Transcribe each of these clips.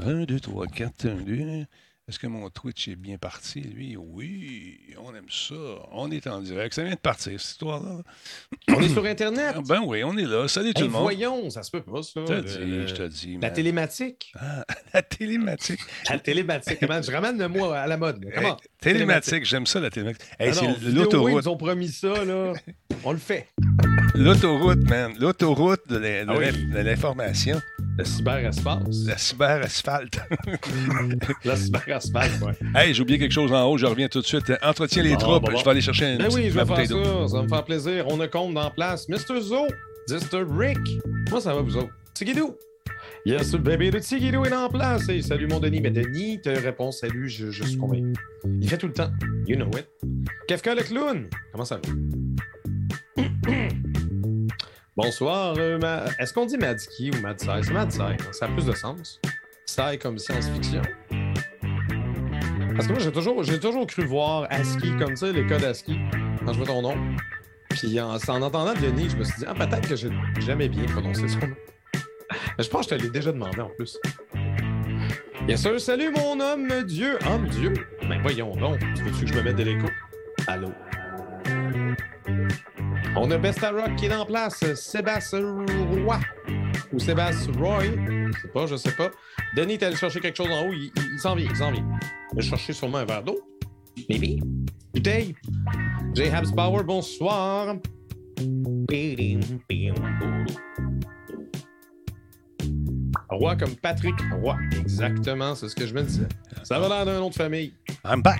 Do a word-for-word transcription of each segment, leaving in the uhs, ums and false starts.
un, deux, trois, quatre, un, deux. Est-ce que mon Twitch est bien parti, lui? Oui, on aime ça. On est en direct. Ça vient de partir, cette histoire-là. On est sur Internet. Ah, ben oui, on est là. Salut hey, tout le monde. Voyons, ça se peut pas, ça. Je te dis, le... je te dis. La man. Télématique. Ah, la télématique. La télématique. Comment? Je ramène le mot à la mode. Comment? Hey, télématique. télématique, j'aime ça, la télématique. Hey, ah c'est l'autoroute. Ils ont promis ça, là. On le fait. L'autoroute, man. L'autoroute de l'information. Le cyberespace. Le cyberasphalte. Le cyberasphalte, oui. Hey, j'ai oublié quelque chose en haut, je reviens tout de suite. Entretiens les ah, troupes, bon, bon. Je vais aller chercher un. Ben oui, je vais faire ça, ça va me faire plaisir. On a compte dans place. mister Zo, mister Rick. Moi, ça va, vous autres? Tigidou. Yes, le bébé de Tigidou est en place. Hey, salut, mon Denis. Mais Denis te répond salut, je, je suis convaincu. Il fait tout le temps. You know it. Kafka le clown. Comment ça va? Bonsoir. Euh, ma... Est-ce qu'on dit Madiki ou Madsai? C'est Madsai. Hein? Ça a plus de sens. Sai comme science-fiction. Parce que moi, j'ai toujours, j'ai toujours cru voir ASCII comme ça, les codes ASCII, quand je vois ton nom. Puis en, en entendant Denis, je me suis dit, ah, peut-être que j'ai jamais bien prononcé son nom. Mais je pense que je te l'ai déjà demandé en plus. Bien sûr, salut mon homme Dieu. Homme Dieu? Ben voyons donc. Tu veux-tu que je me mette de l'écho? Allô? On a Besta Rock qui est en place. Sébastien Roy. Ou Sébastien Roy. Je sais pas, je sais pas. Denis, t'es allé chercher quelque chose en haut. Il, il, il s'en vient, il s'en vient. Il va chercher sûrement un verre d'eau. Maybe. Bouteille. J. Habs Power, bonsoir. Roy comme Patrick Roy. Exactement, c'est ce que je me disais. Ça va l'air d'un nom de famille. I'm back.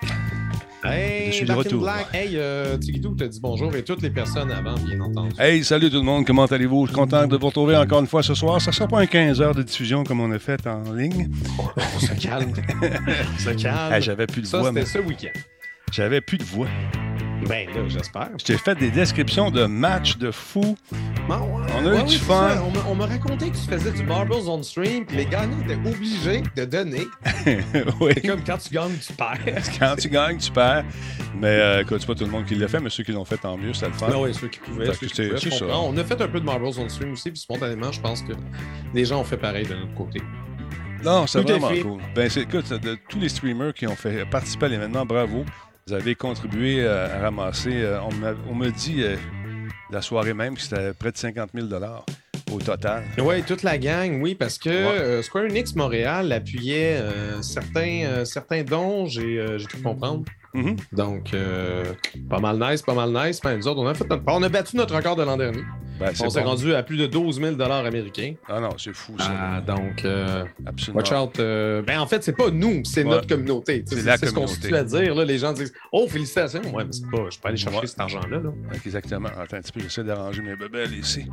Hey, je suis de retour. Black. Hey, euh, Tigidou te dit bonjour et toutes les personnes avant, bien entendu. Hey, salut tout le monde, comment allez-vous? Je suis content de vous retrouver encore une fois ce soir. Ça ne sera pas un quinze heures de diffusion comme on a fait en ligne. Oh, on se calme. on se calme. Hey, j'avais plus de Ça, voix. C'était mais... ce week-end. J'avais plus de voix. Ben là, j'espère. Je t'ai fait des descriptions de matchs de fou. Ben, ouais, on a ouais, eu du oui, fun. On m'a raconté que tu faisais du Marbles on Stream puis les gagnants étaient obligés de donner. Oui. C'est comme quand tu gagnes, tu perds. Quand tu gagnes, tu perds. Mais euh, écoute, c'est pas tout le monde qui l'a fait, mais ceux qui l'ont fait, tant mieux, ça le fait. Non, oui, ceux qui pouvaient. Ceux qui pouvaient, c'est ça. On a fait un peu de Marbles on Stream aussi, puis spontanément, je pense que les gens ont fait pareil de notre côté. Non, c'est vraiment cool. Ben, c'est, écoute, de tous les streamers qui ont fait participer à l'événement, bravo. Vous avez contribué à ramasser, euh, on, m'a, on me dit euh, la soirée même que c'était près de cinquante mille dollars au total. Oui, toute la gang, oui, parce que ouais. euh, Square Enix Montréal appuyait euh, certains, euh, certains dons, j'ai, euh, j'ai pu comprendre. Mm-hmm. Donc, euh, pas mal nice, pas mal nice. Ben, nous autres, on a, fait notre... on a battu notre record de l'an dernier. Ben, on s'est bon. rendu à plus de douze mille dollars américains. Ah non, c'est fou ça. Ah, donc, euh, absolument. Watch out. Euh, ben, en fait, c'est pas nous, c'est ouais. notre communauté. C'est, c'est, la c'est communauté. ce qu'on se tue à dire. Là, les gens disent « Oh, félicitations! » Ouais, mais c'est pas... Je peux aller chercher ouais. cet argent-là. Là. Exactement. Attends un petit peu, j'essaie d'arranger mes bébelles ici.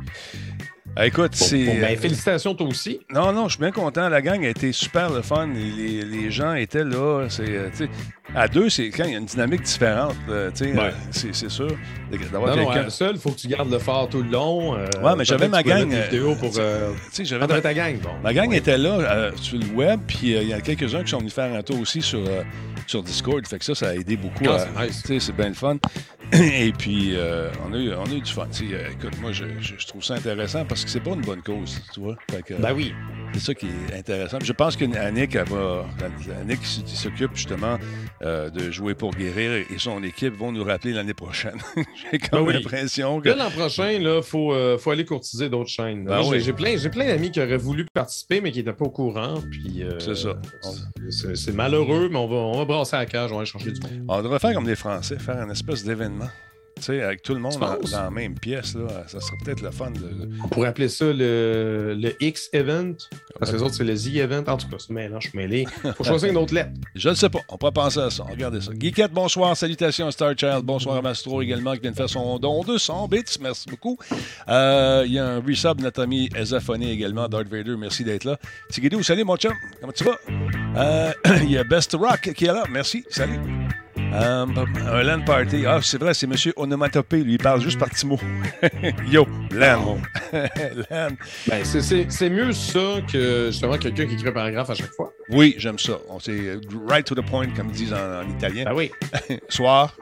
Ah, écoute, bon, c'est... Bon, ben, félicitations toi aussi. Non, non, je suis bien content. La gang a été super le fun. Les, les gens étaient là. C'est, à deux, c'est quand il y a une dynamique différente. Euh, ouais. euh, c'est, c'est sûr. D'avoir non, quelqu'un... non, seul, il faut que tu gardes le phare tout le long. Euh, ouais, mais j'avais ma gang. Vidéo pour, euh... j'avais ma... ta gang. Bon. Ma gang ouais. était là euh, sur le web. Puis il euh, y a quelques-uns qui sont venus faire un tour aussi sur, euh, sur Discord. Fait que ça, ça a aidé beaucoup. Ah, à, c'est, nice. C'est bien le fun. Et puis, euh, on, a eu, on a eu du fun. Euh, écoute, moi, je, je, je trouve ça intéressant parce que c'est pas une bonne cause, tu vois. Fait que, ben oui. C'est ça qui est intéressant. Je pense qu'Annick, elle va, Annick qui s'occupe justement euh, de jouer pour guérir et son équipe vont nous rappeler l'année prochaine. J'ai comme ben oui. l'impression que... Là, l'an prochain, il faut, euh, faut aller courtiser d'autres chaînes. Ben moi, oui. j'ai, j'ai, plein, j'ai plein d'amis qui auraient voulu participer, mais qui n'étaient pas au courant. Puis, euh, c'est ça. On... C'est, c'est malheureux, mais on va, on va brasser à la cage, on va aller chercher du monde. On devrait faire comme les Français, faire une espèce d'événement. Tu sais, avec tout le monde dans, dans la même pièce, là, ça serait peut-être le fun. De... On pourrait appeler ça le, le X-Event, parce que les autres, c'est le Z-Event. En tout cas, c'est mêlant, je suis mêlé. Il faut choisir une autre lettre. Je ne sais pas. On pourrait penser à ça. Regardez ça. Geekette, bonsoir. Salutations à Starchild. Bonsoir à Mastro également, qui vient de faire son don de cent bits. Merci beaucoup. Il euh, y a un resub de notre ami Ezaphoné également. Darth Vader, merci d'être là. Tigidou, salut mon chum. Comment tu vas? Il euh, y a Best Rock qui est là. Merci. Salut. Um, un LAN party. Ah, c'est vrai, c'est M. Onomatopée. Lui, il parle juste par petits mots. Yo, Len. Len. Ben, c'est, c'est, c'est mieux ça que justement quelqu'un qui écrit un paragraphe à chaque fois. Oui, j'aime ça. On c'est right to the point, comme ils disent en, en italien. Ben oui. Soir.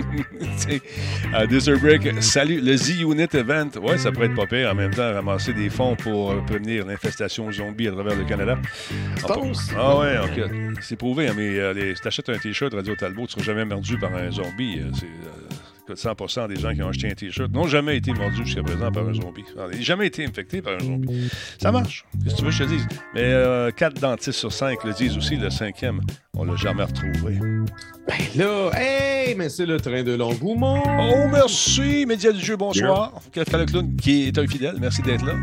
uh, Desert Break, salut. Le Z-Unit Event. Ouais, ça pourrait être pas pire. En même temps, ramasser des fonds pour euh, prévenir l'infestation zombie à travers le Canada. Je pense. Ah ouais, ok. C'est prouvé, hein, mais euh, les, si t'achètes un T-shirt Radio Talbot, tu seras jamais mordu par un zombie. Euh, c'est... Euh, cent pour cent des gens qui ont acheté un T-shirt n'ont jamais été mordus jusqu'à présent par un zombie. Ils n'ont jamais été infectés par un zombie. Ça marche. Qu'est-ce que tu veux que je te dise? Mais euh, quatre dentistes sur cinq le disent aussi. Le cinquième, on l'a jamais retrouvé. Ben là, hey, mais c'est le train de l'engouement. Oh, merci. Média du jeu, bonsoir. Café le clown qui est un fidèle. Merci d'être là.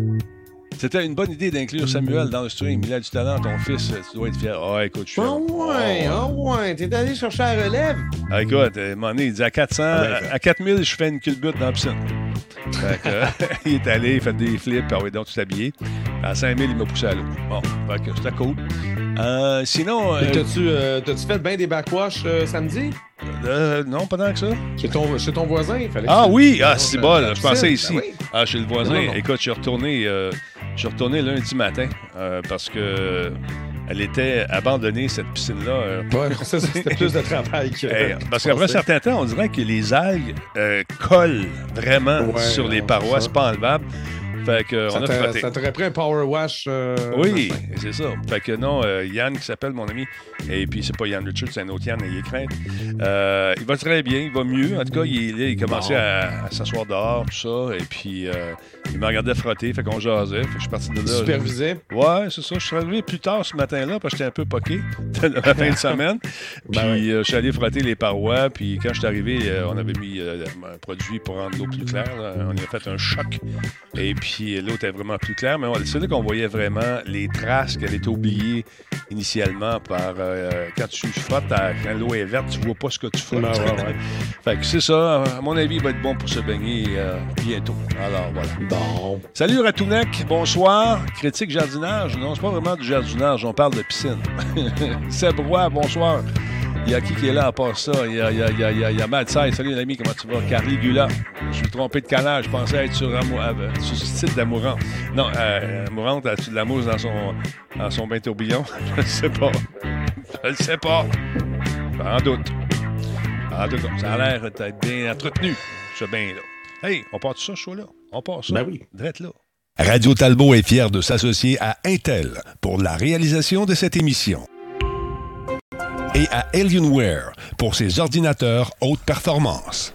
C'était une bonne idée d'inclure Samuel dans le stream. Il a du talent, ton fils. Tu dois être fier. Ah, oh, écoute, je suis. Ah ouais, ah ouais. T'es allé chercher la relève? Ah, écoute, à un moment donné, il dit à quatre cents, ah, ben, à quatre mille, je fais une culbute dans la piscine. Fait que, euh, il est allé, il fait des flips, ah oui, donc tout habillé. À cinq mille, il m'a poussé à l'eau. Bon, fait que c'était cool. Euh, sinon. Euh, t'as-tu, euh, t'as-tu fait bien des backwash euh, samedi? Euh, non, pas tant que ça. Chez ton, chez ton voisin, il fallait. Ah que oui, ah, c'est bon, je pensais ici. Ben oui. Ah, chez le voisin. Non, non, non. Écoute, je suis retourné, euh, je suis retourné lundi matin euh, parce que elle était abandonnée, cette piscine-là. Euh. Ouais, ça, c'était plus de travail que. Hey, parce qu'après un certain temps, on dirait que les algues euh, collent vraiment ouais, sur les parois, c'est pas enlevable. Fait que, ça, on a frotté. Ça t'aurait pris un power wash. Euh, oui, c'est ça. Fait que non, euh, Yann qui s'appelle mon ami, et puis c'est pas Yann Richard, c'est un autre Yann, il est crainte. Euh, il va très bien, il va mieux. En tout cas, il, il commençait bon. à, à s'asseoir dehors, tout ça, et puis euh, il m'a regardé frotter, fait qu'on jasait. Fait que je suis parti de là. Supervisé? Je... Ouais, c'est ça. Je suis arrivé plus tard ce matin-là parce que j'étais un peu poqué la fin de semaine. Puis ben oui. euh, je suis allé frotter les parois, puis quand je suis arrivé, euh, on avait mis euh, un produit pour rendre l'eau plus claire. Là. On a fait un choc, et puis Puis l'eau était vraiment plus claire, mais c'est là qu'on voyait vraiment les traces qu'elle était oubliée initialement par... Euh, quand tu frottes, à, quand l'eau est verte, tu vois pas ce que tu frottes. Ouais, ouais, ouais. Fait que c'est ça. À mon avis, il va être bon pour se baigner euh, bientôt. Alors, voilà. Bon. Salut Ratounec, bonsoir. Critique jardinage. Non, c'est pas vraiment du jardinage, on parle de piscine. Seb Roy, bonsoir. Il y a qui qui est là à part ça? Il y a, il y a, il y a, il y a, il y a Mad Sai. Salut l'ami, comment tu vas? Carly Gula. Je suis trompé de canal. Je pensais être sur, Amou... sur ce site d'Amourante. Non, euh, Amourante a-tu de la mousse dans son, dans son bain tourbillon? Je ne sais pas. Je ne sais pas. En doute. En tout cas, ça a l'air d'être bien entretenu, ce bain-là. Hey, on part de ça, ce show-là? On part ça? Ben oui. Drette là. Radio Talbot est fier de s'associer à Intel pour la réalisation de cette émission. Et à Alienware pour ses ordinateurs haute performance.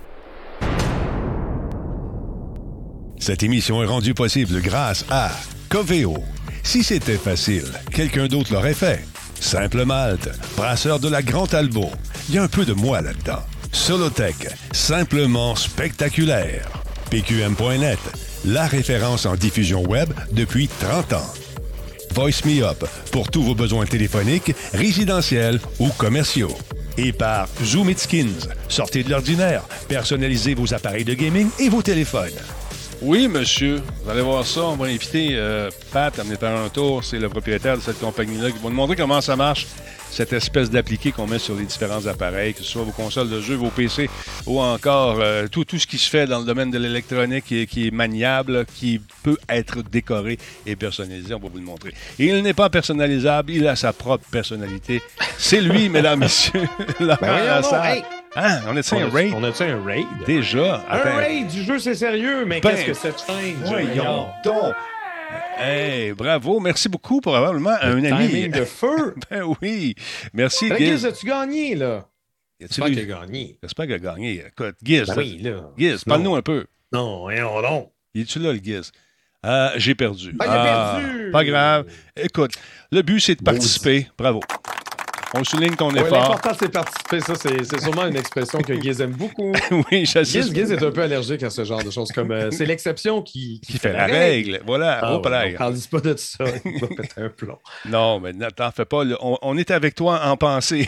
Cette émission est rendue possible grâce à Coveo. Si c'était facile, quelqu'un d'autre l'aurait fait. Simple Malte, brasseur de la Grand Talbot. Il y a un peu de moi là-dedans. Solotech, simplement spectaculaire. P Q M point net, la référence en diffusion web depuis trente ans. Voice Me Up pour tous vos besoins téléphoniques, résidentiels ou commerciaux. Et par Zoom It Skins. Sortez de l'ordinaire, personnalisez vos appareils de gaming et vos téléphones. Oui, monsieur. Vous allez voir ça. On va inviter euh, Pat à venir faire un tour. C'est le propriétaire de cette compagnie-là qui va nous montrer comment ça marche, cette espèce d'appliqué qu'on met sur les différents appareils, que ce soit vos consoles de jeux, vos P C ou encore euh, tout, tout ce qui se fait dans le domaine de l'électronique qui est, qui est maniable, qui peut être décoré et personnalisé. On va vous le montrer. Et il n'est pas personnalisable. Il a sa propre personnalité. C'est lui, mesdames, messieurs. Ben voyons donc, hey. Hein, on a-tu un raid? On a-tu un raid? Déjà. Attends. Un raid du jeu, c'est sérieux, mais ben, qu'est-ce que c'est change? Voyons donc. Hey, bravo. Merci beaucoup, probablement, à un Le ami. Timing de feu. Ben oui. Merci, ben, Giz. Giz, as-tu gagné, là? J'espère qu'il a gagné. J'espère qu'il a gagné. Écoute, Giz. Ben oui, là. Giz, parle-nous un peu. Non, voyons donc. Il est-tu là, le Giz? Euh, j'ai perdu. Ah, il a ah, perdu! Pas grave. Écoute, le but, c'est de participer. Bravo. On souligne ton ouais, effort. L'important, c'est de participer. Ça, c'est, c'est sûrement une expression que Giz aime beaucoup. Oui, je sais. Giz, Giz est un peu allergique à ce genre de choses. Comme euh, c'est l'exception qui, qui, qui fait, fait la règle. règle. Voilà, ah, au ouais, on parle pas de ça. Il va péter un plomb. Non, mais t'en fais pas. Là. On, on est avec toi en pensée.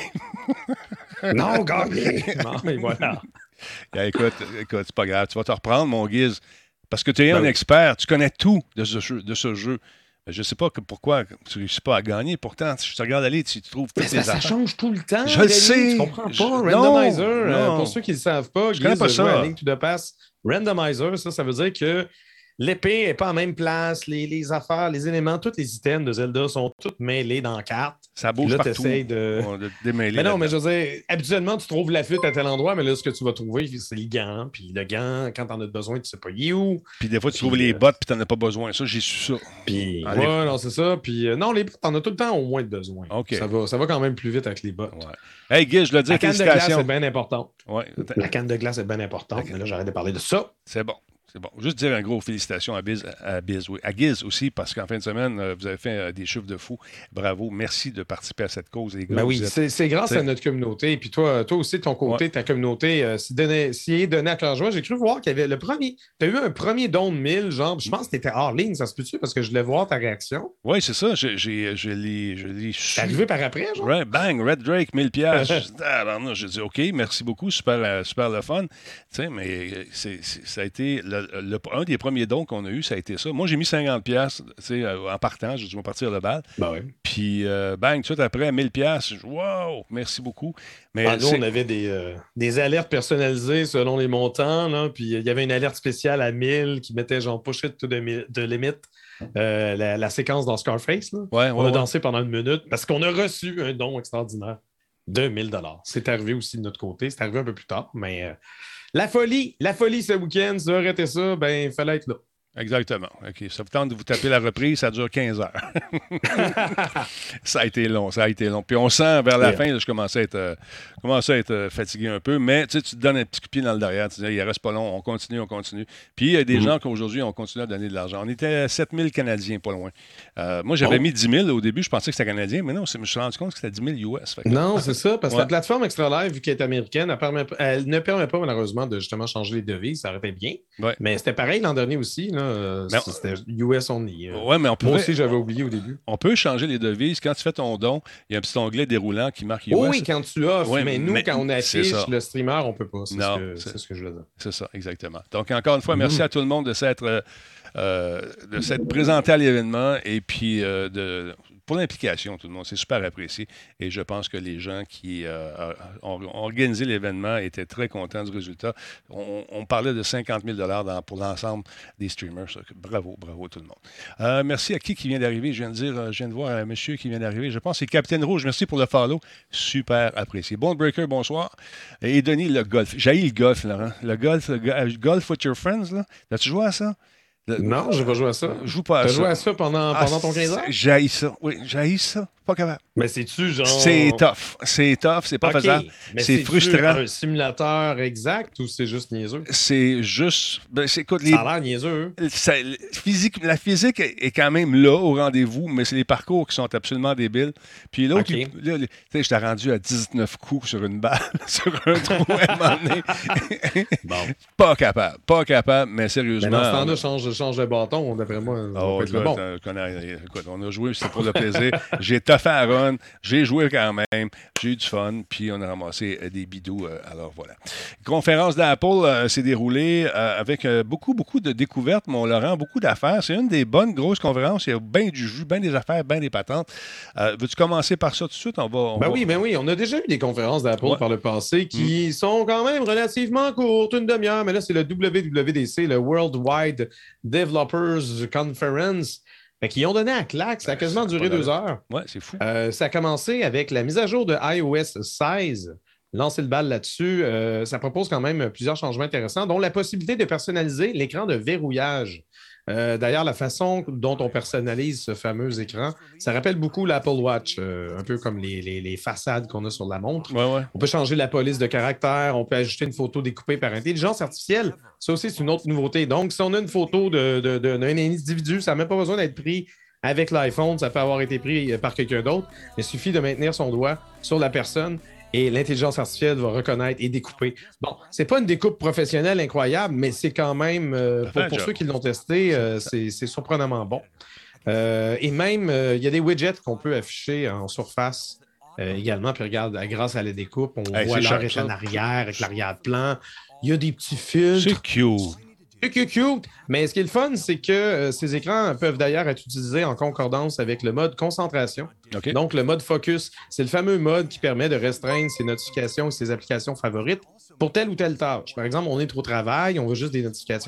Non, gagné. Non, mais voilà. Yeah, écoute, écoute, c'est pas grave. Tu vas te reprendre, mon Giz. Parce que tu es ben un oui. expert. Tu connais tout de ce jeu. De ce jeu. Je ne sais pas que pourquoi tu ne réussis pas à gagner. Pourtant, si je te regarde aller, tu trouves toutes mais les ça, ça change tout le temps. Je le sais. Tu comprends pas. Je... Randomizer, non, euh, non. pour ceux qui ne le savent pas, je connais pas ça. À Link to the Past. Randomizer, ça, ça veut dire que l'épée n'est pas en même place, les, les affaires, les éléments, tous les items de Zelda sont tous mêlés dans la carte. Ça bouge là, partout. De... On de démêler. Mais non, mais je veux dire, habituellement, tu trouves la fuite à tel endroit, mais là, ce que tu vas trouver, c'est le gant. Puis le gant, quand t'en as besoin, tu sais pas il est où. Puis des fois, tu puis, trouves euh... les bottes, puis t'en as pas besoin. Ça, j'ai su ça. Puis, ouais, les... non, c'est ça. Puis, euh, non, les bottes, t'en as tout le temps au moins de besoin. Okay. Ça va, ça va quand même plus vite avec les bottes. Ouais. Hey, Guy, je le dis, la canne de glace est bien importante. Ouais. La canne de glace est bien importante, okay. Mais là, j'arrête de parler de ça. C'est bon. C'est bon. Juste dire un gros félicitations à Biz, à Biz, oui. À Giz aussi, parce qu'en fin de semaine, vous avez fait des chiffres de fou. Bravo. Merci de participer à cette cause, les gars. Ben oui, êtes... c'est, c'est grâce t'sais... à notre communauté. Et puis toi, toi aussi, de ton côté, ouais. Ta communauté, euh, s'y, donné, s'y est donné à cœur joie. J'ai cru voir qu'il y avait le premier. Tu as eu un premier don de mille, genre, je pense que tu étais hors ligne, ça se peut-tu, parce que je voulais voir ta réaction. Oui, c'est ça. Je, j'ai, je l'ai, je l'ai su. C'est arrivé par après, genre? Ouais, bang, Red Drake, mille piastres. Alors, non, j'ai dit, OK, merci beaucoup, super, super le fun. Tu sais, mais c'est, c'est, ça a été le, le, un des premiers dons qu'on a eu, ça a été ça. Moi, j'ai mis cinquante piastres, tu sais, en partant, j'ai dû partir le bal. Ben oui. Puis, euh, bang, tout de suite après, mille piastres. Wow, merci beaucoup. Mais ah, nous, on avait des, euh, des alertes personnalisées selon les montants, là, puis il y avait une alerte spéciale à mille qui mettait genre push it to the de limite. Euh, la, la séquence dans Scarface. Là. Ouais, ouais, on a ouais. dansé pendant une minute parce qu'on a reçu un don extraordinaire de mille dollars. C'est arrivé aussi de notre côté. C'est arrivé un peu plus tard, mais... Euh, La folie, la folie ce week-end, si vous arrêtez ça, ben il fallait être là. Exactement. OK. Ça vous tente de vous taper la reprise, ça dure quinze heures. Ça a été long, ça a été long. Puis on sent vers la yeah. fin, là, je commençais à être, euh, commençais à être euh, fatigué un peu, mais tu te donnes un petit coup de pied dans le derrière, tu dis, il reste pas long, on continue, on continue. Puis il y a des mm-hmm. gens qu'aujourd'hui, on continue à donner de l'argent. On était à sept mille Canadiens, pas loin. Euh, moi, j'avais oh. mis dix mille au début, je pensais que c'était Canadien, mais non, je me suis rendu compte que c'était dix mille U S. Fait que... Non, c'est ça, parce que ouais. la plateforme Extra Live, vu qu'elle est américaine, elle, permet, elle ne permet pas malheureusement de justement changer les devises, ça aurait été bien. Ouais. Mais c'était pareil l'an dernier aussi, là. Mais c'était U S only. Ouais, mais on pouvait, moi aussi, j'avais oublié au début. On peut changer les devises. Quand tu fais ton don, il y a un petit onglet déroulant qui marque U S. Oh oui, quand tu offres. Ouais, mais nous, mais quand on affiche le streamer, on ne peut pas. C'est, non, ce que, c'est, c'est ce que je veux dire. C'est ça, exactement. Donc, encore une fois, merci mmh. à tout le monde de s'être, euh, de s'être présenté à l'événement et puis euh, de... pour l'implication, tout le monde. C'est super apprécié. Et je pense que les gens qui euh, ont organisé l'événement étaient très contents du résultat. On, on parlait de cinquante mille dollars dans, pour l'ensemble des streamers. Bravo, bravo tout le monde. Euh, merci à qui qui vient d'arriver. Je viens de dire, je viens de voir un monsieur qui vient d'arriver. Je pense que c'est Capitaine Rouge. Merci pour le follow. Super apprécié. Bon Breaker, bonsoir. Et Denis, le golf. J'ai le golf, Laurent. Le golf, le golf with your friends, là. As-tu joué à ça? Le... Non, je vais pas jouer à ça. Je joue pas à T'as ça. joué à ça pendant, ah, pendant ton quinze ans? J'haïs ça. Oui, j'haïs ça. Pas capable. Mais c'est-tu genre... C'est tough. C'est tough. C'est pas okay. faisable. Mais c'est frustrant. Un simulateur exact ou c'est juste niaiseux? C'est juste... Ben, c'est, écoute, les... Ça a l'air niaiseux. Ça, physique, la physique est quand même là, au rendez-vous, mais c'est les parcours qui sont absolument débiles. Puis l'autre, okay. tu sais, je t'ai rendu à dix-neuf coups sur une balle, sur un trou à un moment donné. Bon. Pas capable. Pas capable, mais sérieusement... Mais dans ce temps-là, on... change, change de bâton, d'après moi. Oh, écoute, bon. euh, écoute, on a joué, c'est pour le plaisir. J'ai toffé à run, j'ai joué quand même, j'ai eu du fun, puis on a ramassé euh, des bidous. Euh, alors voilà. Conférence d'Apple euh, s'est déroulée euh, avec euh, beaucoup, beaucoup de découvertes, mon Laurent, beaucoup d'affaires. C'est une des bonnes grosses conférences. Il y a bien du jus, bien des affaires, bien des patentes. Euh, veux-tu commencer par ça tout de suite? On va, on ben va... oui, ben oui. On a déjà eu des conférences d'Apple ouais. par le passé qui mm. sont quand même relativement courtes, une demi-heure, mais là, c'est le W W D C, le Worldwide Developers Conference. Fait qu'ils ont donné à claque, ça a quasiment duré deux heures. Ouais, c'est fou. Euh, ça a commencé avec la mise à jour de i O S seize. Lancer le bal là-dessus. Euh, ça propose quand même plusieurs changements intéressants, dont la possibilité de personnaliser l'écran de verrouillage. Euh, d'ailleurs, la façon dont on personnalise ce fameux écran, ça rappelle beaucoup l'Apple Watch, euh, un peu comme les, les, les façades qu'on a sur la montre. Ouais, ouais. On peut changer la police de caractère, on peut ajouter une photo découpée par intelligence artificielle. Ça aussi, c'est une autre nouveauté. Donc, si on a une photo de, de, de, d'un individu, ça n'a même pas besoin d'être pris avec l'iPhone, ça peut avoir été pris par quelqu'un d'autre. Il suffit de maintenir son doigt sur la personne et l'intelligence artificielle va reconnaître et découper. Bon, c'est pas une découpe professionnelle incroyable, mais c'est quand même, euh, pour, pour ceux qui l'ont testé, euh, c'est, c'est surprenamment bon. Euh, et même, il euh, y a des widgets qu'on peut afficher en surface euh, également. Puis regarde, grâce à la découpe, on hey, voit l'heure est en arrière avec l'arrière-plan. Il y a des petits filtres. C'est cute. C'est cute, cute. Mais ce qui est le fun, c'est que euh, ces écrans peuvent d'ailleurs être utilisés en concordance avec le mode concentration. Okay. Donc, le mode focus, c'est le fameux mode qui permet de restreindre ses notifications et ses applications favorites pour telle ou telle tâche. Par exemple, on est au travail, on veut juste des notifications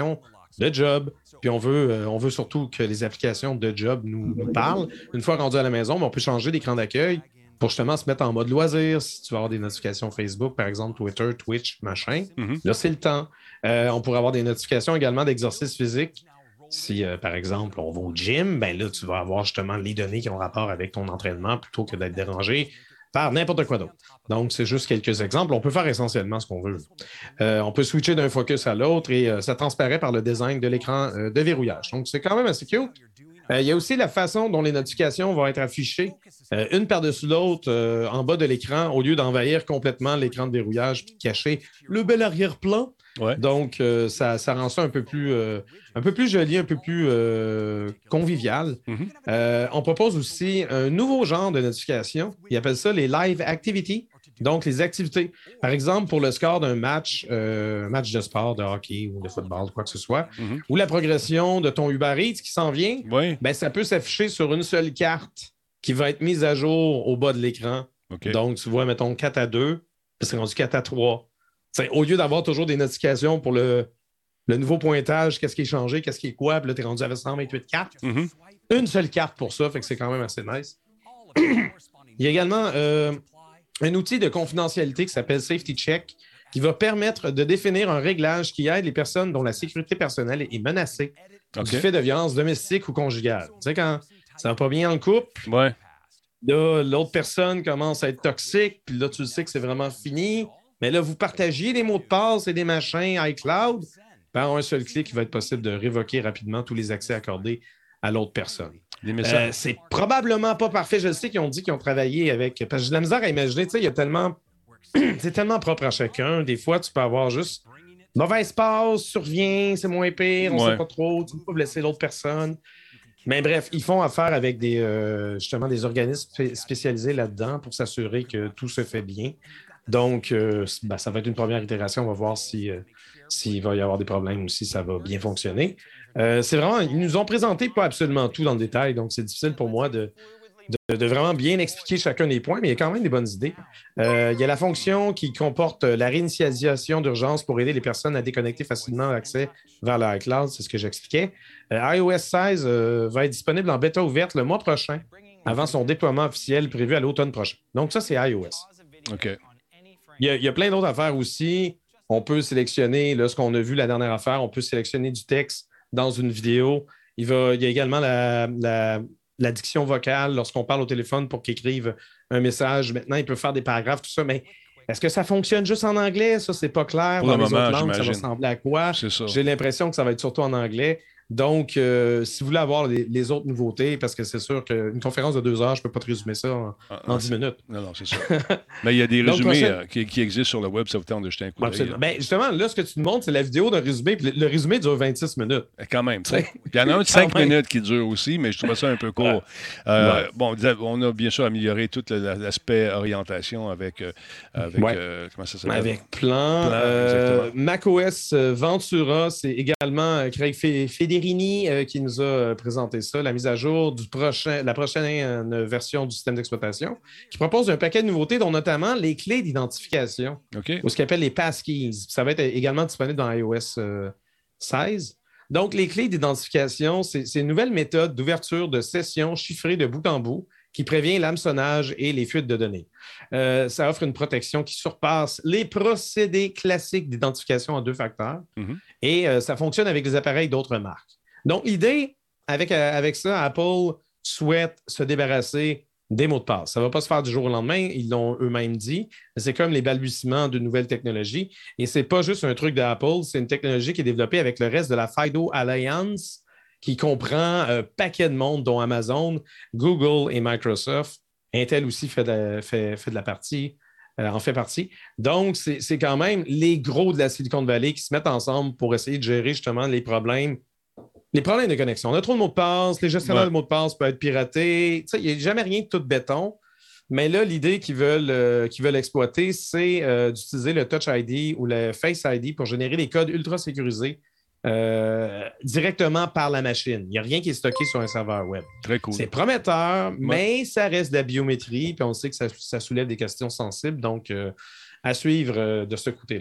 de job. Puis on veut, euh, on veut surtout que les applications de job nous, nous parlent. Une fois rendu à la maison, ben, on peut changer d'écran d'accueil pour justement se mettre en mode loisir. Si tu vas avoir des notifications Facebook, par exemple, Twitter, Twitch, machin, Mm-hmm. là, c'est le temps. Euh, on pourrait avoir des notifications également d'exercice physique. Si, euh, par exemple, on va au gym, ben là, tu vas avoir justement les données qui ont rapport avec ton entraînement plutôt que d'être dérangé par n'importe quoi d'autre. Donc, c'est juste quelques exemples. On peut faire essentiellement ce qu'on veut. Euh, on peut switcher d'un focus à l'autre et euh, ça transparaît par le design de l'écran euh, de verrouillage. Donc, c'est quand même assez cute. Euh, il y a aussi la façon dont les notifications vont être affichées, euh, une par-dessus l'autre, euh, en bas de l'écran, au lieu d'envahir complètement l'écran de verrouillage et de cacher le bel arrière-plan. Ouais. Donc, euh, ça, ça rend ça un peu plus, euh, un peu plus joli, un peu plus euh, convivial. Mm-hmm. Euh, on propose aussi un nouveau genre de notification. Ils appellent ça les live activities, donc les activités. Par exemple, pour le score d'un match, euh, un match de sport, de hockey ou de football, quoi que ce soit, Mm-hmm. ou la progression de ton Uber Eats qui s'en vient, Ouais. ben, ça peut s'afficher sur une seule carte qui va être mise à jour au bas de l'écran. OK. Donc, tu vois, mettons quatre à deux, puis c'est rendu quatre à trois. T'sais, au lieu d'avoir toujours des notifications pour le, le nouveau pointage, qu'est-ce qui est changé, qu'est-ce qui est quoi, puis là, tu es rendu à cent vingt-huit cartes. Mm-hmm. Une seule carte pour ça, fait que c'est quand même assez nice. Il y a également euh, un outil de confidentialité qui s'appelle Safety Check qui va permettre de définir un réglage qui aide les personnes dont la sécurité personnelle est menacée OK. du fait de violences domestiques ou conjugales. Tu sais, quand ça va pas bien en couple, Ouais. là, l'autre personne commence à être toxique, puis là, tu le sais que c'est vraiment fini. Mais là, vous partagez des mots de passe et des machins iCloud. Par un seul clic, il va être possible de révoquer rapidement tous les accès accordés à l'autre personne. Les Euh, messages. c'est probablement pas parfait. Je sais qu'ils ont dit qu'ils ont travaillé avec... Parce que j'ai de la misère à imaginer, tu sais, il y a tellement... c'est tellement propre à chacun. Des fois, tu peux avoir juste mauvaise passe, survient, c'est moins pire, on Ouais. sait pas trop, tu ne peux pas blesser l'autre personne. Mais bref, ils font affaire avec des, euh, justement des organismes spé- spécialisés là-dedans pour s'assurer que tout se fait bien. Donc, euh, ben, ça va être une première itération. On va voir si, euh, s'il va y avoir des problèmes ou si ça va bien fonctionner. Euh, c'est vraiment, ils nous ont présenté pas absolument tout dans le détail, donc c'est difficile pour moi de, de, de vraiment bien expliquer chacun des points, mais il y a quand même des bonnes idées. Euh, il y a la fonction qui comporte la réinitialisation d'urgence pour aider les personnes à déconnecter facilement l'accès vers le iCloud, c'est ce que j'expliquais. Euh, iOS seize euh, va être disponible en bêta ouverte le mois prochain, avant son déploiement officiel prévu à l'automne prochain. Donc ça, c'est iOS. OK. Il y a, il y a plein d'autres affaires aussi. On peut sélectionner, là, ce qu'on a vu la dernière affaire, on peut sélectionner du texte dans une vidéo. Il, va, il y a également la, la, la diction vocale lorsqu'on parle au téléphone pour qu'il écrive un message. Maintenant, il peut faire des paragraphes, tout ça, mais est-ce que ça fonctionne juste en anglais? Ça, c'est pas clair. Pour Dans le les moment, autres langues, ça va j'imagine. ressembler à quoi? C'est ça. J'ai l'impression que ça va être surtout en anglais. Donc, euh, si vous voulez avoir les, les autres nouveautés, parce que c'est sûr qu'une conférence de deux heures, je ne peux pas te résumer ça en, Ah, en ah, dix minutes. Non, non, c'est ça. Mais il y a des Donc, résumés prochaine- euh, qui, qui existent sur le web, ça vous tente de jeter un coup d'œil. Absolument. Ben, justement, là, ce que tu me montres, c'est la vidéo d'un résumé. Puis le, le résumé dure vingt-six minutes. Euh, Quand même. tu sais. Ouais. Il y en a un de cinq Quand même. minutes qui dure aussi, mais je trouve ça un peu court. Ouais. Euh, Ouais. Bon, on a bien sûr amélioré tout le- l'aspect orientation avec, euh, avec Ouais. euh, comment ça s'appelle? Avec Plan. Plan, Euh, exactement. macOS euh, Ventura, c'est également euh, Craig Fe- Federini euh, qui nous a euh, présenté ça, la mise à jour du prochain, la prochaine euh, version du système d'exploitation, qui propose un paquet de nouveautés, dont notamment les clés d'identification, OK. ou ce qu'on appelle les passkeys. Ça va être également disponible dans iOS euh, seize. Donc, les clés d'identification, c'est c'est une nouvelle méthode d'ouverture de sessions chiffrées de bout en bout qui prévient l'hameçonnage et les fuites de données. Euh, ça offre une protection qui surpasse les procédés classiques d'identification en deux facteurs Mhm. et euh, ça fonctionne avec des appareils d'autres marques. Donc, l'idée, avec, euh, avec ça, Apple souhaite se débarrasser des mots de passe. Ça ne va pas se faire du jour au lendemain, ils l'ont eux-mêmes dit. C'est comme les balbutiements de nouvelles technologies. Et ce n'est pas juste un truc d'Apple, c'est une technologie qui est développée avec le reste de la FIDO Alliance, qui comprend un paquet de monde, dont Amazon, Google et Microsoft. Intel aussi fait de, fait, fait de la partie, euh, en fait partie. Donc, c'est c'est quand même les gros de la Silicon Valley qui se mettent ensemble pour essayer de gérer justement les problèmes Les problèmes de connexion. On a trop de mots de passe, les gestionnaires Ouais. de mots de passe peuvent être piratés. Tu sais, il n'y a jamais rien de tout béton. Mais là, l'idée qu'ils veulent, euh, qu'ils veulent exploiter, c'est euh, d'utiliser le Touch I D ou le Face I D pour générer des codes ultra sécurisés euh, directement par la machine. Il n'y a rien qui est stocké sur un serveur web. Très cool. C'est prometteur, mais ça reste de la biométrie, puis on sait que ça, ça soulève des questions sensibles. Donc, euh, à suivre euh, de ce côté-là.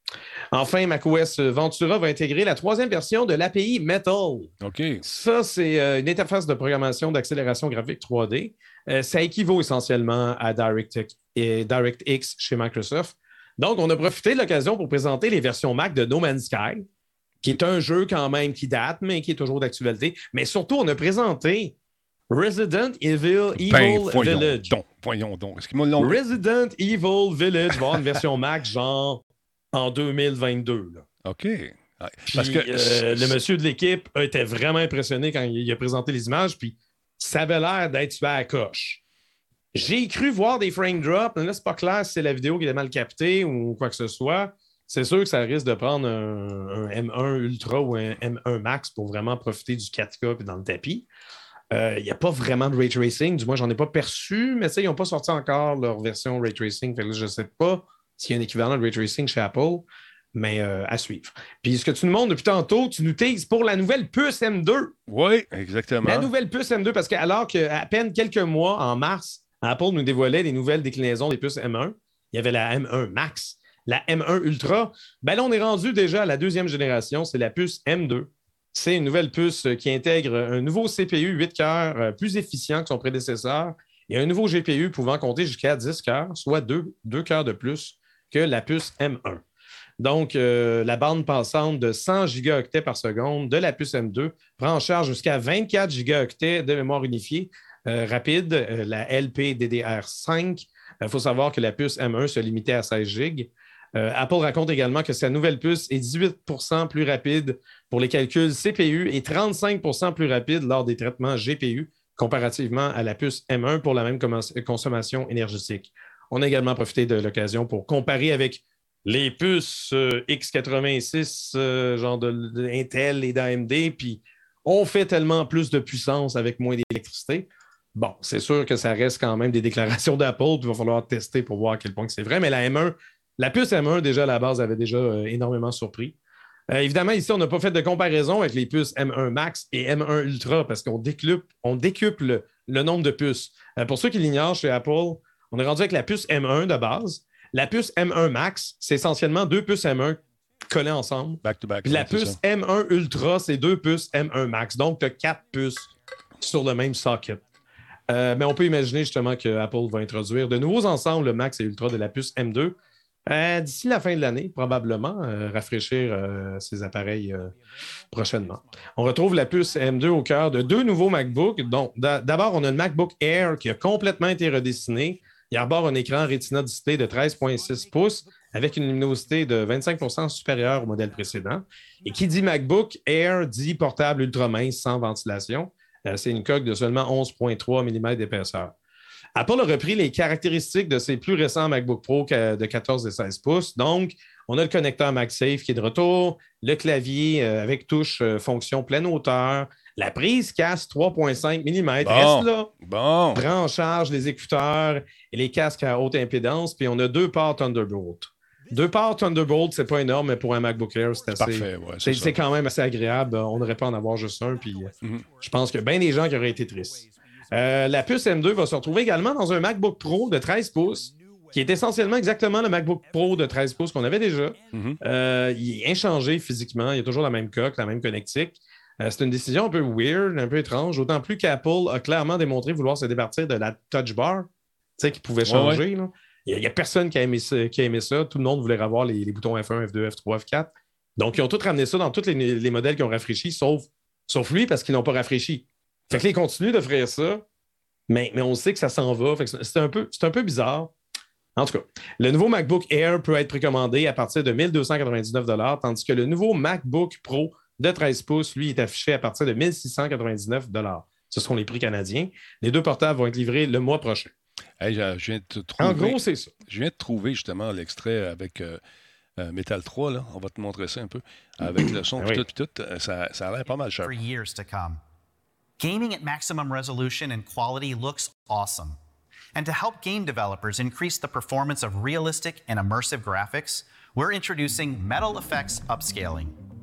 Enfin, macOS Ventura va intégrer la troisième version de l'A P I Metal. OK. Ça, c'est euh, une interface de programmation d'accélération graphique trois D. Euh, ça équivaut essentiellement à DirectX, et DirectX chez Microsoft. Donc, on a profité de l'occasion pour présenter les versions Mac de No Man's Sky, qui est un jeu quand même qui date, mais qui est toujours d'actualité. Mais surtout, on a présenté Resident Evil, Evil Ben, voyons Village. donc, voyons donc. Est-ce qu'ils m'ont l'ont- Resident Evil Village va avoir une version Mac genre en deux mille vingt-deux. Là. OK. Ouais, Parce Puis, que euh, le monsieur de l'équipe était vraiment impressionné quand il a présenté les images, puis ça avait l'air d'être super à coche. J'ai cru voir des frame drops, mais là, c'est pas clair si c'est la vidéo qui est mal captée ou quoi que ce soit. C'est sûr que ça risque de prendre un, un M un Ultra ou un M un Max pour vraiment profiter du quatre K et dans le tapis. Il euh, n'y a pas vraiment de ray tracing, du moins, j'en ai pas perçu, mais ils n'ont pas sorti encore leur version ray tracing. Fait que là, je ne sais pas s'il y a un équivalent de ray tracing chez Apple, mais euh, à suivre. Puis ce que tu nous montres depuis tantôt, tu nous teases pour la nouvelle puce M deux. Oui, exactement. La nouvelle puce M deux, parce qu'alors qu'à peine quelques mois, en mars, Apple nous dévoilait les nouvelles déclinaisons des puces M un, il y avait la M un Max, la M un Ultra. Ben là, on est rendu déjà à la deuxième génération, c'est la puce M deux. C'est une nouvelle puce qui intègre un nouveau C P U huit cœurs plus efficient que son prédécesseur et un nouveau G P U pouvant compter jusqu'à dix cœurs, soit deux, deux cœurs de plus que la puce M un. Donc, euh, la bande passante de cent gigaoctets par seconde de la puce M deux prend en charge jusqu'à vingt-quatre gigaoctets de mémoire unifiée euh, rapide, euh, la L P D D R cinq. Il faut savoir que la puce M un se limitait à seize gigs. Euh, Apple raconte également que sa nouvelle puce est dix-huit pour cent plus rapide pour les calculs C P U et trente-cinq pour cent plus rapide lors des traitements G P U comparativement à la puce M un pour la même consommation énergétique. On a également profité de l'occasion pour comparer avec les puces euh, X quatre-vingt-six, euh, genre de, de Intel et d'A M D, puis on fait tellement plus de puissance avec moins d'électricité. Bon, c'est sûr que ça reste quand même des déclarations d'Apple, puis il va falloir tester pour voir à quel point c'est vrai, mais la M un, la puce M un, déjà à la base, avait déjà euh, énormément surpris. Euh, évidemment, ici, on n'a pas fait de comparaison avec les puces M un Max et M un Ultra parce qu'on décuple, on décuple le, le nombre de puces. Euh, pour ceux qui l'ignorent, chez Apple, on est rendu avec la puce M un de base. La puce M un Max, c'est essentiellement deux puces M un collées ensemble. Back to back. Puis la puce M un Ultra, c'est deux puces M un Max. Donc, tu as quatre puces sur le même socket. Euh, mais on peut imaginer justement que Apple va introduire de nouveaux ensembles Max et Ultra de la puce M deux euh, d'ici la fin de l'année, probablement, euh, rafraîchir euh, ces appareils euh, prochainement. On retrouve la puce M deux au cœur de deux nouveaux MacBooks. Donc, d'abord, on a le MacBook Air qui a complètement été redessiné. Il arbore un écran Retina display de treize virgule six pouces avec une luminosité de vingt-cinq pour cent supérieure au modèle précédent. Et qui dit MacBook Air dit portable ultra mince sans ventilation. Euh, c'est une coque de seulement onze virgule trois millimètres d'épaisseur. Apple a repris les caractéristiques de ses plus récents MacBook Pro de quatorze et seize pouces. Donc, on a le connecteur MagSafe qui est de retour, le clavier euh, avec touche euh, fonction pleine hauteur, la prise casque trois virgule cinq millimètres Bon, reste là. Bon. Prend en charge les écouteurs et les casques à haute impédance. Puis on a deux ports Thunderbolt. Deux ports Thunderbolt, c'est pas énorme, mais pour un MacBook Air, c'est assez. Parfait, ouais, c'est, c'est, c'est quand même assez agréable. On n'aurait pas en avoir juste un. Puis mm-hmm. je pense qu'il y a bien des gens qui auraient été tristes. Euh, la puce M deux va se retrouver également dans un MacBook Pro de treize pouces, qui est essentiellement exactement le MacBook Pro de treize pouces qu'on avait déjà. Mm-hmm. Euh, il est inchangé physiquement. Il y a toujours la même coque, la même connectique. Euh, c'est une décision un peu weird, un peu étrange, d'autant plus qu'Apple a clairement démontré vouloir se départir de la Touch Bar, tu sais, qui pouvait changer. Ouais, ouais. Là. Il n'y a, a personne qui a, aimé ça, qui a aimé ça. Tout le monde voulait avoir les, les boutons F un, F deux, F trois, F quatre. Donc, ils ont tous ramené ça dans tous les, les modèles qui ont rafraîchi, sauf, sauf lui, parce qu'ils n'ont pas rafraîchi. Fait que là, ils continuent de faire ça, mais, mais on sait que ça s'en va. Fait que c'est, un peu, c'est un peu bizarre. En tout cas, le nouveau MacBook Air peut être précommandé à partir de mille deux cent quatre-vingt-dix-neuf dollars, tandis que le nouveau MacBook Pro de treize pouces, lui, est affiché à partir de mille six cent quatre-vingt-dix-neuf dollars. Ce seront les prix canadiens. Les deux portables vont être livrés le mois prochain. Hey, je, je viens de trouver, en gros, c'est ça. Je viens de trouver justement l'extrait avec euh, euh, Metal trois. Là. On va te montrer ça un peu. Avec le son et oui. tout, tout. Ça, ça a l'air pas mal cher. For years to come. Gaming at maximum resolution and quality looks awesome. And to help game developers increase the performance of realistic and immersive graphics, we're introducing Metal Effects Upscaling.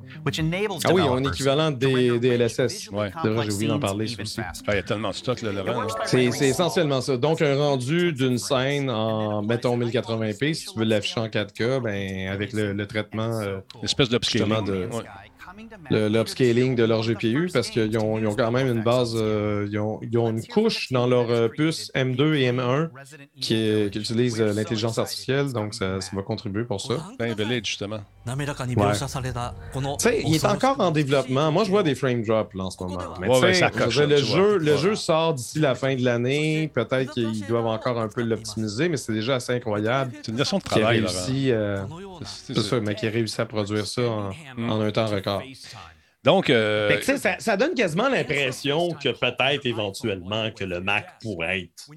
which enables Ah oui, on developers équivalent to des render des L rich, S S. visually Ouais. C'est vrai, complex j'ai oublié d'en scenes parler, ça even aussi. faster. Ah, il y a tellement de stock, là, Laurent. C'est c'est essentiellement ça. Donc, un rendu d'une scène en, mettons, mille quatre-vingts p, si tu veux l'afficher en quatre K, ben, avec le, le traitement, euh, Une espèce d'upscaling. justement, de- Ouais. le- l'upscaling de leur G P U, parce qu'ils ont, ils ont quand même une base, euh, ils, ont, ils ont une couche dans leur euh, puce M deux et M un qui, est- qui utilise euh, l'intelligence artificielle, donc ça, ça va contribuer pour ça. Ben, Village, justement. 滑らかに描写されたこの Tu sais, il est encore en développement. Moi, je vois des frame drops là, en ce moment. Mais Ouais, tu ouais, sais, ça je veux coche, dire, le, tu vois. jeu, le Ouais. jeu sort d'ici la fin de l'année. Peut-être qu'ils doivent encore un peu l'optimiser, mais c'est déjà assez incroyable. C'est une version de Qui a travail, Laurent. réussi, euh, このような C'est c'est ça. ça, mais qui a réussi à produire ça en, en un temps record. Donc, euh, Fait que, tu sais, ça, ça donne quasiment l'impression que peut-être éventuellement que le Mac pourrait être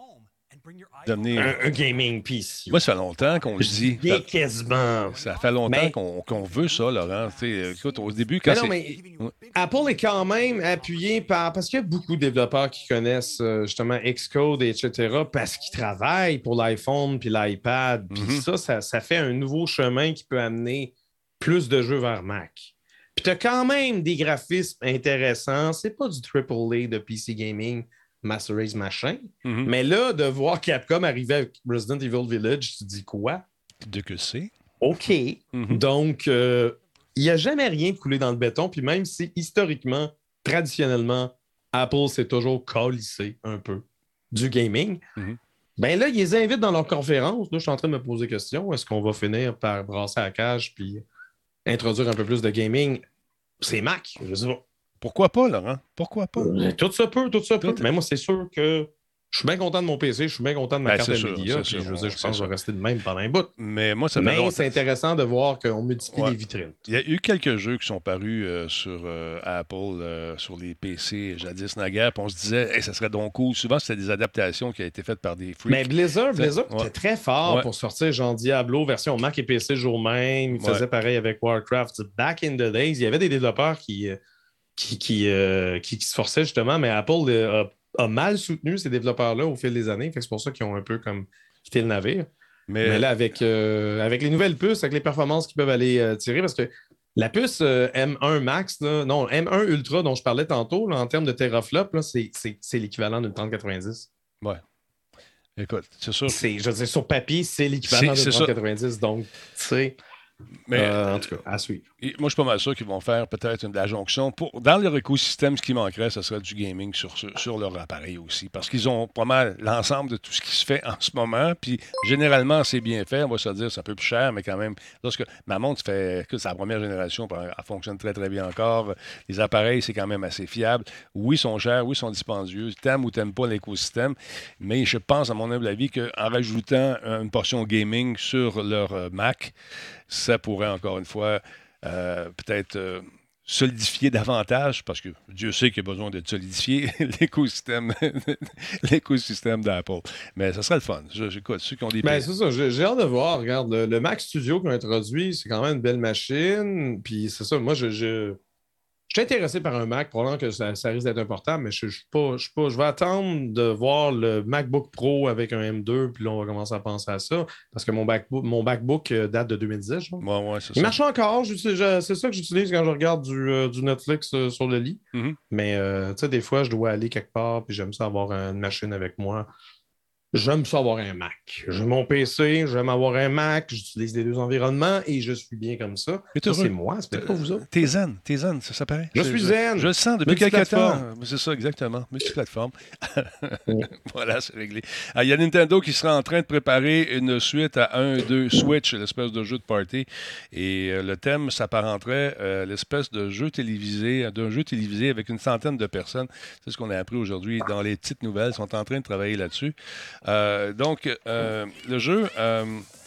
devenir... un, un gaming P C. Moi, ça fait longtemps qu'on le dit. Il est quasiment. Ça fait longtemps Mais- qu'on qu'on veut ça, Laurent. Tu sais, écoute, au début, quand Mais non, c'est... mais Apple est quand même appuyé par. Parce qu'il y a beaucoup de développeurs qui connaissent euh, justement Xcode, et cetera, parce qu'ils travaillent pour l'iPhone puis l'iPad. Puis Mhm. ça, ça, ça fait un nouveau chemin qui peut amener plus de jeux vers Mac. Puis tu as quand même des graphismes intéressants. C'est pas du triple A de P C Gaming, Master Race machin. Mhm. Mais là, de voir Capcom arriver avec Resident Evil Village, tu te dis quoi? De que c'est. OK. Mhm. Donc, euh, il n'y a jamais rien coulé dans le béton. Puis même si historiquement, traditionnellement, Apple s'est toujours calissé un peu du gaming, Mhm. ben là, ils les invitent dans leur conférence. Là, je suis en train de me poser la question. Est-ce qu'on va finir par brasser à la cage puis introduire un peu plus de gaming? C'est Mac, je sais pas. Pourquoi pas, Laurent? Pourquoi pas? Tout ça peut, tout ça peut. Tout- Mais moi, c'est sûr que je suis bien content de mon P C, je suis bien content de ma Ben, carte c'est sûr, Nvidia. c'est Puis sûr, je veux dire, je c'est pense que je sûr. vais rester de même pendant un bout. Mais moi, ça fait Mais longtemps. c'est intéressant de voir qu'on multiplie Ouais. les vitrines. Il y a eu quelques jeux qui sont parus euh, sur euh, Apple, euh, sur les P C jadis naguère, puis on se disait, hey, ça serait donc cool. Souvent, c'était des adaptations qui ont été faites par des freaks. Mais Blizzard, T'sais, Blizzard ouais. était très fort Ouais. pour sortir genre Diablo version Mac et P C jour même. Il Ouais. faisait pareil avec Warcraft. T'sais, back in the days, il y avait des développeurs qui, euh, qui, qui, euh, qui, qui se forçaient justement, mais Apple euh, a, a mal soutenu ces développeurs-là au fil des années. Fait que c'est pour ça qu'ils ont un peu comme quitté le navire. Mais, Mais là, avec, euh, avec les nouvelles puces, avec les performances qu'ils peuvent aller euh, tirer, parce que la puce euh, M un Max, là, non, M un Ultra dont je parlais tantôt, là, en termes de teraflop, là, c'est, c'est, c'est l'équivalent d'une trente quatre-vingt-dix. ouais. Écoute, c'est sûr. C'est, je veux dire, sur papier, c'est l'équivalent C'est- d'une c'est ça. trente quatre-vingt-dix. Donc, tu sais, Mais euh, en tout cas, à suivre. et moi, je suis pas mal sûr qu'ils vont faire peut-être une de la jonction. Pour, dans leur écosystème, ce qui manquerait, ce serait du gaming sur, sur, sur leur appareil aussi. Parce qu'ils ont pas mal l'ensemble de tout ce qui se fait en ce moment. Puis généralement, c'est bien fait. On va se dire, c'est un peu plus cher, mais quand même, lorsque ma montre fait que c'est la première génération, puis elle fonctionne très, très bien encore. Les appareils, c'est quand même assez fiable. Oui, ils sont chers, oui, ils sont dispendieux. T'aimes ou t'aimes pas l'écosystème. Mais je pense, à mon humble avis, qu'en rajoutant une portion gaming sur leur euh, Mac, ça pourrait encore une fois euh, peut-être euh, solidifier davantage, parce que Dieu sait qu'il y a besoin de solidifier l'écosystème, l'écosystème d'Apple. Mais ça serait le fun. Je- J'écoute ceux qui ont des Ben, P- c'est ça, j'ai, j'ai hâte de voir. Regarde, le, le Mac Studio qu'ils ont introduit, c'est quand même une belle machine. Puis c'est ça, moi, je, je, je suis intéressé par un Mac, probablement que ça, ça risque d'être important, mais je, je, suis pas, je, suis pas, je vais attendre de voir le MacBook Pro avec un M deux, puis là, on va commencer à penser à ça, parce que mon MacBook, mon MacBook euh, date de deux mille dix, je pense. Ouais, ouais, c'est Il ça. marche encore, j'utilise- je- c'est ça que j'utilise quand je regarde du, euh, du Netflix euh, sur le lit. Mhm. Mais euh, tu sais, des fois, je dois aller quelque part, puis j'aime ça avoir une machine avec moi. J'aime ça avoir un Mac. J'ai mon P C, j'aime avoir un Mac, j'utilise les deux environnements et je suis bien comme ça. Mais t'es Ça, heureux. c'est moi, c'est peut-être pas vous autres. T'es zen, t'es zen, ça, ça paraît. Je C'est- suis zen. Je le sens depuis quelques temps. Multiplateforme. C'est ça, exactement. Multiplateforme. Oui. Voilà, c'est réglé. Ah, il y a Nintendo qui sera en train de préparer une suite à un deux Switch, l'espèce de jeu de party. Et euh, le thème s'apparenterait euh, l'espèce de jeu télévisé, d'un jeu télévisé avec une centaine de personnes. C'est ce qu'on a appris aujourd'hui dans les petites nouvelles. Ils sont en train de travailler là-dessus. Euh, donc, euh, le jeu... euh,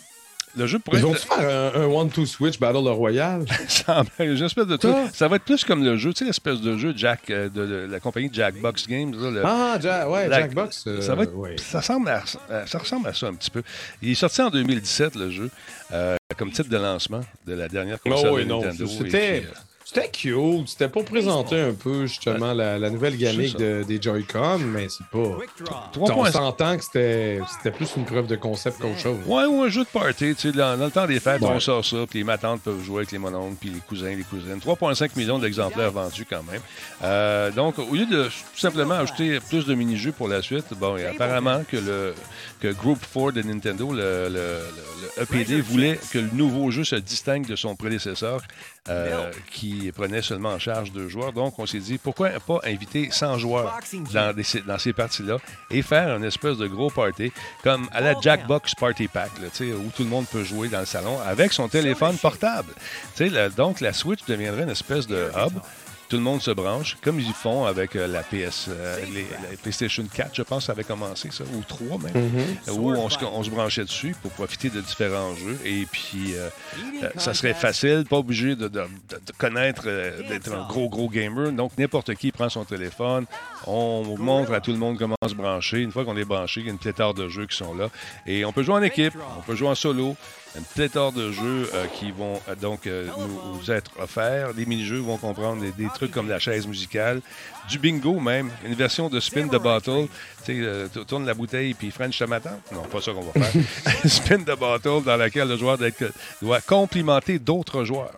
le jeu pourrait Ils vont être... faire un, un one-two switch Battle Royale? Ça, une espèce de truc. Ça? Ça va être plus comme le jeu, tu sais, l'espèce de jeu Jack, euh, de, de la compagnie Jackbox Games. Là, le- Ah, ja- ouais, la- Jackbox. euh, ça, va être- ouais. ça, ressemble à, euh, ça ressemble à ça un petit peu. Il est sorti en deux mille dix-sept, le jeu, euh, comme titre de lancement de la dernière console Oh, oui, de non, Nintendo. c'était- Et puis, euh, C'était cute. C'était pour présenter un peu, justement, la, la nouvelle gamique de, des Joy-Con, mais c'est pas... On s'entend que c'était, c'était plus une preuve de concept qu'autre chose. Ouais, ou un jeu de party. Tu sais, dans, dans le temps des fêtes, ouais. on sort ça, puis les matantes peuvent jouer avec les mononcles, puis les cousins, les cousines. trois virgule cinq millions d'exemplaires vendus quand même. Euh, donc, au lieu de tout simplement ajouter plus de mini-jeux pour la suite, bon, et apparemment que le que Group quatre de Nintendo, le, le, le, le E P D, voulait que le nouveau jeu se distingue de son prédécesseur, euh, qui prenait seulement en charge deux joueurs. Donc, on s'est dit, pourquoi pas inviter cent joueurs dans, des, dans ces parties-là et faire une espèce de gros party, comme à la Jackbox Party Pack, là, où tout le monde peut jouer dans le salon avec son téléphone portable. La, donc, la Switch deviendrait une espèce de hub. Tout le monde se branche, comme ils font avec euh, la P S, euh, les, la PlayStation quatre, je pense, ça avait commencé, ça, ou trois même, mm-hmm. où on se, on se branchait dessus pour profiter de différents jeux. Et puis, euh, euh, ça serait facile, pas obligé de, de, de, de connaître, euh, d'être un gros, gros gamer. Donc, n'importe qui prend son téléphone, on montre à tout le monde comment se brancher. Une fois qu'on est branché, il y a une pléthore de jeux qui sont là. Et on peut jouer en équipe, on peut jouer en solo. Une pléthore de jeux euh, qui vont euh, donc euh, nous, nous être offerts. Les mini-jeux vont comprendre des, des trucs comme la chaise musicale, du bingo même, une version de Spin the Bottle. Tu sais, euh, tourne la bouteille puis French Tomato. Non, pas ça qu'on va faire. Spin the Bottle dans laquelle le joueur doit complimenter d'autres joueurs.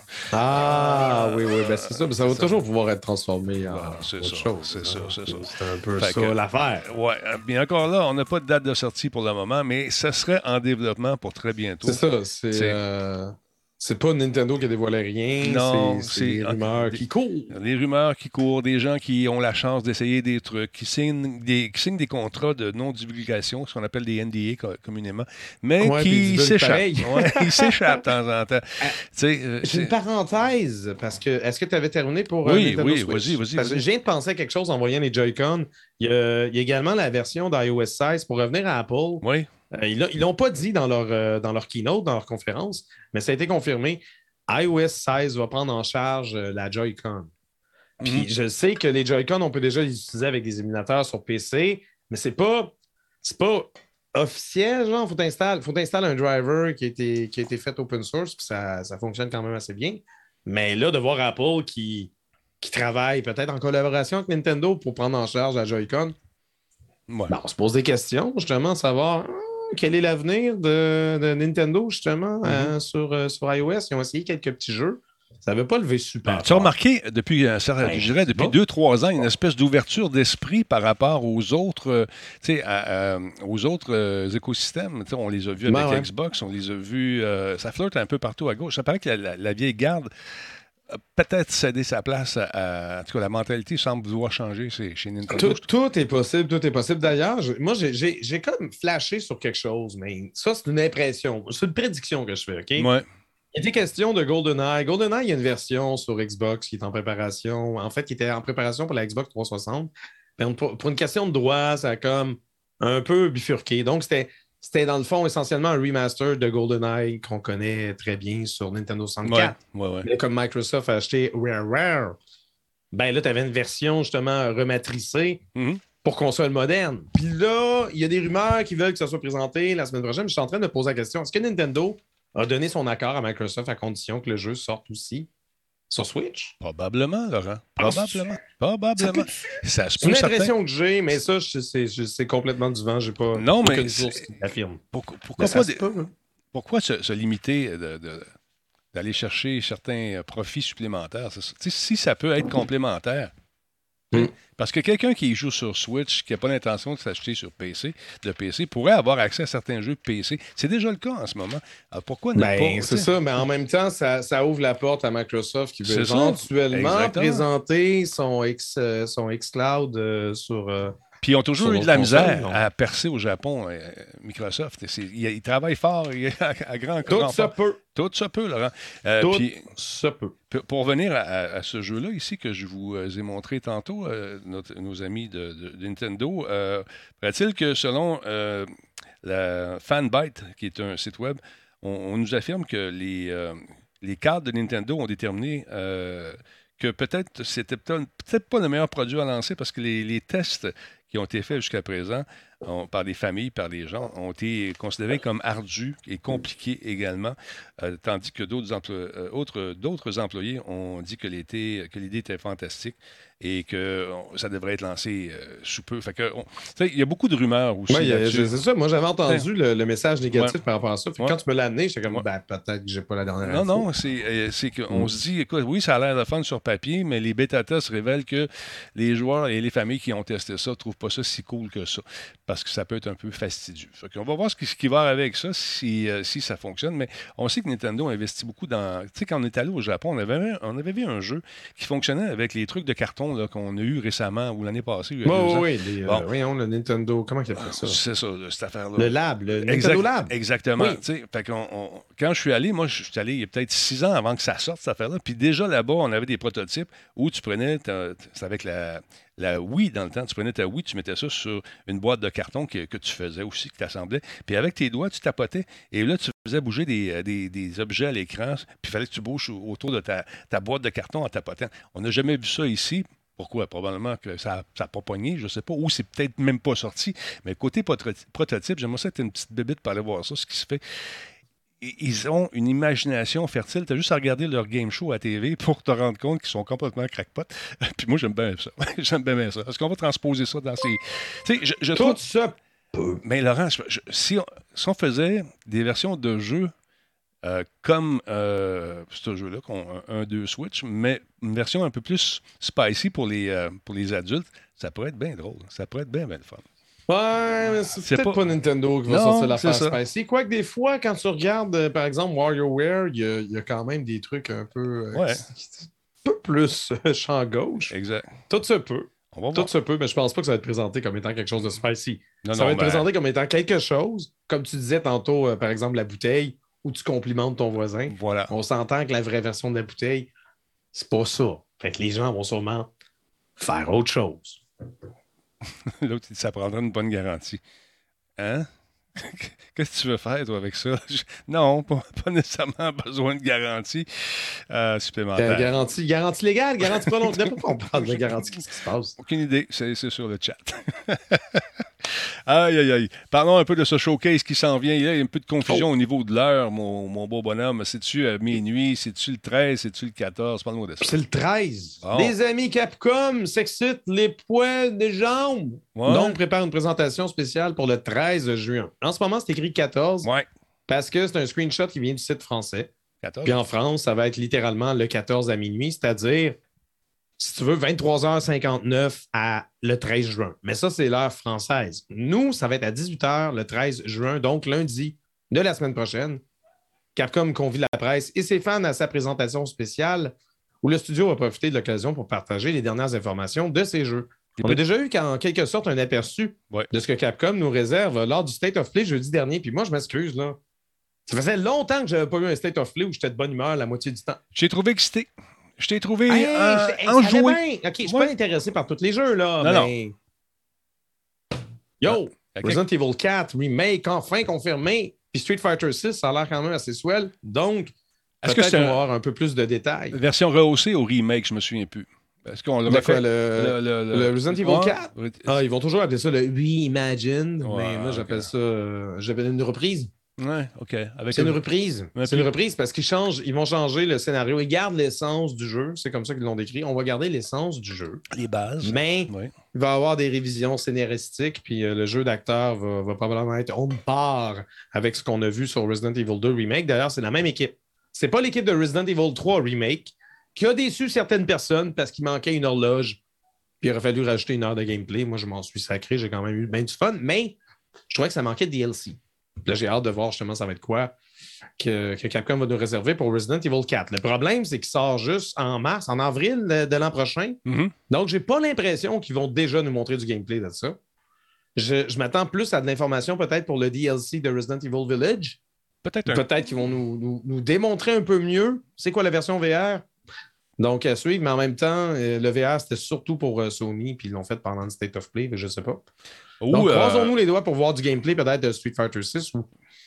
Ah, euh, oui, oui, ben c'est ça. Mais ça va ça. toujours pouvoir être transformé en ah, c'est autre ça, chose. C'est ça, c'est ça. C'est un peu fait ça que, l'affaire. Ouais, bien encore là, on n'a pas de date de sortie pour le moment, mais ça serait en développement pour très bientôt. C'est ça, c'est... C'est, euh, c'est pas Nintendo qui a dévoilé rien, non, c'est, c'est les rumeurs des, qui courent. Les rumeurs qui courent, des gens qui ont la chance d'essayer des trucs, qui signent des, qui signent des contrats de non-divulgation, ce qu'on appelle des N D A communément, mais ouais, qui s'échappent. Ouais, ils s'échappent de temps en temps. Ah, euh, J'ai une parenthèse, parce que est-ce que tu avais terminé pour oui, euh, Nintendo oui, Switch? vas-y, vas-y, parce vas-y. que je viens de penser à quelque chose en voyant les Joy-Con. Il y a, il y a également la version d'iOS seize pour revenir à Apple. Oui. Euh, ils ne l'ont pas dit dans leur, euh, dans leur keynote, dans leur conférence, mais ça a été confirmé. iOS seize va prendre en charge euh, la Joy-Con. Puis mm-hmm. je sais que les Joy-Con, on peut déjà les utiliser avec des émulateurs sur P C, mais c'est pas, c'est pas officiel. Il faut t'installer, faut t'installer un driver qui a été, qui a été fait open source, puis ça, ça fonctionne quand même assez bien. Mais là, de voir Apple qui, qui travaille peut-être en collaboration avec Nintendo pour prendre en charge la Joy-Con, ouais. ben, on se pose des questions, justement, savoir... Quel est l'avenir de, de Nintendo, justement, mm-hmm. euh, sur, euh, sur iOS? Ils ont essayé quelques petits jeux. Ça n'avait pas levé super. Ben, tu as remarqué, depuis, euh, ça, je dirais, depuis deux trois ans, une espèce d'ouverture d'esprit par rapport aux autres, euh, tu sais, euh, aux autres euh, écosystèmes. T'sais, on les a vus avec ben, ouais. Xbox, on les a vus... Euh, ça flotte un peu partout à gauche. Ça paraît que la, la, la vieille garde peut-être céder sa place à, à... En tout cas, la mentalité semble vouloir changer chez, chez Nintendo. Tout, tout est possible, tout est possible. D'ailleurs, je, moi, j'ai, j'ai, j'ai comme flashé sur quelque chose, mais ça, c'est une impression. C'est une prédiction que je fais, OK? Ouais. Il était question de GoldenEye. GoldenEye, il y a une version sur Xbox qui est en préparation. En fait, qui était en préparation pour la Xbox trois cent soixante. Pour, pour une question de droit, ça a comme un peu bifurqué. Donc, c'était... C'était dans le fond essentiellement un remaster de GoldenEye qu'on connaît très bien sur Nintendo soixante-quatre. Ouais, ouais, ouais. Mais comme Microsoft a acheté Rare Rare, ben là, tu avais une version justement rematricée mm-hmm. pour console moderne. Puis là, il y a des rumeurs qui veulent que ça soit présenté la semaine prochaine. Je suis en train de poser la question, est-ce que Nintendo a donné son accord à Microsoft à condition que le jeu sorte aussi sur Switch? Probablement, Laurent. Probablement. Probablement. Ça, ça c'est une impression que j'ai, mais ça, je, c'est, je, c'est complètement du vent. J'ai pas non, mais aucune source qui l'affirme. Pourquoi, pourquoi, pas, pas, hein? pourquoi se, se limiter de, de, d'aller chercher certains profits supplémentaires? Si ça peut être complémentaire. Mm. Parce que quelqu'un qui joue sur Switch, qui n'a pas l'intention de s'acheter sur P C, de P C, pourrait avoir accès à certains jeux de P C. C'est déjà le cas en ce moment. Alors pourquoi ne ben, pas... C'est ça, mais en même temps, ça, ça ouvre la porte à Microsoft qui veut c'est éventuellement présenter son, X, son xCloud euh, sur... Euh, Puis ils ont toujours eu de la misère console, à percer au Japon, euh, Microsoft. C'est, ils, ils travaillent fort, à, à grand Tout ça peut. Tout ça peut, Laurent. Euh, Tout puis, ça peut. Pour revenir à, à ce jeu-là ici que je vous ai montré tantôt, euh, notre, nos amis de, de, de Nintendo, euh, paraît-il que selon euh, la Fanbyte, qui est un site web, on, on nous affirme que les, euh, les cadres de Nintendo ont déterminé euh, que peut-être c'était peut-être, peut-être pas le meilleur produit à lancer parce que les, les tests qui ont été faits jusqu'à présent on- par les familles, par les gens, ont été considérés comme ardus et compliqués également, euh, tandis que d'autres, emplo- euh, autres- d'autres employés ont dit que l'idée, que l'idée était fantastique et que on- ça devrait être lancé euh, sous peu. Fait que, on- tu sais, il y a beaucoup de rumeurs aussi Oui, là-dessus. c'est ça. Moi, j'avais entendu le, le message négatif Ouais. par rapport à ça. Puis Ouais. quand tu me l'as amené, j'étais comme, Ouais. ben, peut-être que j'ai pas la dernière Non, info. non, c'est, euh, c'est qu'on Mm. se dit, écoute, oui, ça a l'air de fun sur papier, mais les bêta-tests révèlent que les joueurs et les familles qui ont testé ça ne trouvent pas ça si cool que ça, parce que ça peut être un peu fastidieux. Fait qu'on va voir ce qui, ce qui va avec ça, si, euh, si ça fonctionne, mais on sait que Nintendo investit beaucoup dans... Tu sais, quand on est allé au Japon, on avait, on avait vu un jeu qui fonctionnait avec les trucs de carton là, qu'on a eu récemment, ou l'année passée, il y a Oui, deux oui, ans. oui. les, euh, Bon. voyons, le Nintendo, comment il appelle ça? C'est ça, cette affaire-là. Le lab, le Nintendo Exact- Lab. Exactement. Oui. Tu sais, fait qu'on- on- quand je suis allé, moi, je suis allé il y a peut-être six ans avant que ça sorte, cette affaire-là. Puis déjà là-bas, on avait des prototypes où tu prenais, ta- c'est avec la, la Wii dans le temps, tu prenais ta Wii, tu mettais ça sur une boîte de carton que, que tu faisais aussi, que tu assemblais. Puis avec tes doigts, tu tapotais. Et là, tu faisais bouger des, des- des objets à l'écran. Puis il fallait que tu bouges autour de ta, ta boîte de carton en tapotant. On n'a jamais vu ça ici. Pourquoi? Probablement que ça n'a pas pogné, je ne sais pas, ou c'est peut-être même pas sorti. Mais côté proto- prototype, j'aimerais ça être une petite bébite pour aller voir ça, ce qui se fait. I- Ils ont une imagination fertile. Tu as juste à regarder leur game show à T V pour te rendre compte qu'ils sont complètement crackpots. Puis moi, j'aime bien ça. j'aime bien, bien ça. Est-ce qu'on va transposer ça dans ces... Tu sais, je, je trouve... Tout ça peut. Mais Laurent, je- je- si, on, si on faisait des versions de jeux euh, comme euh, ce jeu-là, qu'on- un deux Switch, mais une version un peu plus spicy pour les, euh, pour les adultes, ça pourrait être bien drôle. Ça pourrait être bien, bien le fun. Ouais, mais c'est C'est peut-être pas- pas... Nintendo qui va Non, sortir l'affaire c'est ça. spicy. Quoique des fois, quand tu regardes, euh, par exemple, WarioWare, il y, a- il y a quand même des trucs un peu... euh, Ouais. qui- un peu plus euh, champ gauche. Exact. Tout se peut. On va Tout voir. se peut, mais je pense pas que ça va être présenté comme étant quelque chose de spicy. Non, ça non, va être ben- présenté comme étant quelque chose, comme tu disais tantôt, euh, par exemple, la bouteille, où tu complimentes ton voisin. Voilà. On s'entend que la vraie version de la bouteille, c'est pas ça. Fait que les gens vont sûrement faire autre chose. L'autre, il dit, ça prendra une bonne garantie. Hein? Qu'est-ce que tu veux faire, toi, avec ça? Je- Non, pas, pas nécessairement besoin de garantie euh, supplémentaire. Euh, garantie, garantie légale, garantie prolongée. Pourquoi on parle de garantie? Qu'est-ce qui se passe? Aucune idée, c'est c'est sur le chat. Aïe, aïe, aïe. Parlons un peu de ce showcase qui s'en vient. Il y a un peu de confusion au niveau de l'heure, mon, mon beau bonhomme. C'est-tu à minuit? C'est-tu le treize? C'est-tu le quatorze? Parle-moi de ça. C'est le treize. Bon. Les amis Capcom s'excitent les poils des jambes. Ouais. Donc, prépare une présentation spéciale pour le treize juin. En ce moment, c'est écrit quatorze Ouais, parce que c'est un screenshot qui vient du site français. quatorze. Puis en France, ça va être littéralement le quatorze à minuit, c'est-à-dire, si tu veux, vingt-trois heures cinquante-neuf à le treize juin. Mais ça, c'est l'heure française. Nous, ça va être à dix-huit heures le treize juin, donc lundi de la semaine prochaine. Capcom convie la presse et ses fans à sa présentation spéciale où le studio va profiter de l'occasion pour partager les dernières informations de ses jeux. On a déjà eu en quelque sorte un aperçu Ouais. de ce que Capcom nous réserve lors du State of Play jeudi dernier. Puis moi, je m'excuse, là. Ça faisait longtemps que je n'avais pas eu un State of Play où j'étais de bonne humeur la moitié du temps. J'ai trouvé excité. Je t'ai trouvé Hey, euh, j'étais- hey, ça allait enjoué. bien. OK, je suis Ouais. pas intéressé par tous les jeux, là. Non, mais... Yo, Ok. Resident Evil quatre, remake, enfin confirmé. Puis Street Fighter six, ça a l'air quand même assez swell. Donc, Est-ce que peut-être c'est qu'on un- va avoir un peu plus de détails. Version rehaussée au remake, je me souviens plus. Est-ce qu'on De l'aurait quoi, fait? le- le Resident Evil Ouais. quatre? Ah, ils vont toujours appeler ça le Reimagined, Ouais, mais moi, j'appelle ok. ça euh, j'appelle une reprise. Ouais, OK. Avec C'est le- une reprise. Ouais, C'est puis- une reprise parce qu'ils changent, ils vont changer le scénario. Ils gardent l'essence du jeu. C'est comme ça qu'ils l'ont décrit. On va garder l'essence du jeu. les bases. Mais Ouais. il va y avoir des révisions scénaristiques, puis euh, le jeu d'acteur va, va probablement être on part avec ce qu'on a vu sur Resident Evil deux Remake. D'ailleurs, c'est la même équipe. C'est pas l'équipe de Resident Evil trois Remake qui a déçu certaines personnes parce qu'il manquait une horloge, puis il aurait fallu rajouter une heure de gameplay. Moi, je m'en suis sacré, j'ai quand même eu bien du fun, mais je trouvais que ça manquait de D L C. Là, j'ai hâte de voir justement ça va être quoi que, que Capcom va nous réserver pour Resident Evil quatre. Le problème, c'est qu'il sort juste en mars, en avril de, de l'an prochain. Mhm. Donc, j'ai pas l'impression qu'ils vont déjà nous montrer du gameplay de ça. Je, je m'attends plus à de l'information peut-être pour le D L C de Resident Evil Village. Peut-être un... Peut-être qu'ils vont nous, nous- nous démontrer un peu mieux c'est quoi la version V R. Donc, à suivre, mais en même temps, euh, le V R, c'était surtout pour euh, Sony, puis ils l'ont fait pendant le State of Play, mais je sais pas. Ou, Donc, euh, croisons-nous les doigts pour voir du gameplay peut-être de Street Fighter six ou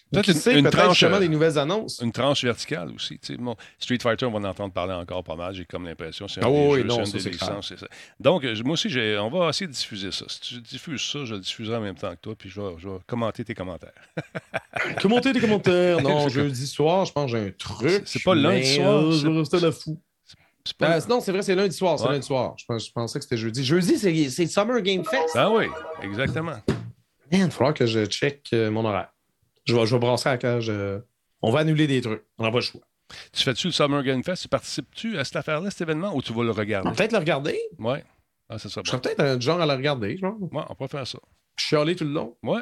Peut-être Qui une, sait, une peut-être tranche, justement euh, des nouvelles annonces. une tranche verticale aussi. Tu sais, bon, Street Fighter, on va en entendre parler encore pas mal. J'ai comme l'impression. C'est un Ah des oui, jeux, non, c'est ça, une c'est des clair. licences. C'est ça. Donc, euh, moi aussi, j'ai, on va essayer de diffuser ça. Si tu diffuses ça, je le diffuserai en même temps que toi, puis je vais, je vais commenter tes commentaires. Commentez des commentaires. Non, jeudi soir, je pense que j'ai un truc. C'est- c'est pas lundi mais, soir, euh, c'est- je vais rester là fou. C'est pas... Euh, non, c'est vrai, c'est lundi soir. C'est Ouais. lundi soir. Je, pense- je pensais que c'était jeudi. Jeudi, c'est, c'est Summer Game Fest. Ah oui, exactement. Man, il va falloir que je check euh, mon horaire. Je vais, je vais brasser à la cage. euh, On va annuler des trucs. On n'a pas le choix. Tu fais-tu le Summer Game Fest? Tu participes-tu à cette affaire-là, cet événement, ou tu vas le On regarder? va peut-être le regarder. Oui. Ah, c'est ça. Je Bon. serais peut-être un genre à le regarder. Genre. Ouais, on peut faire ça. Je suis allé tout le long. Ouais.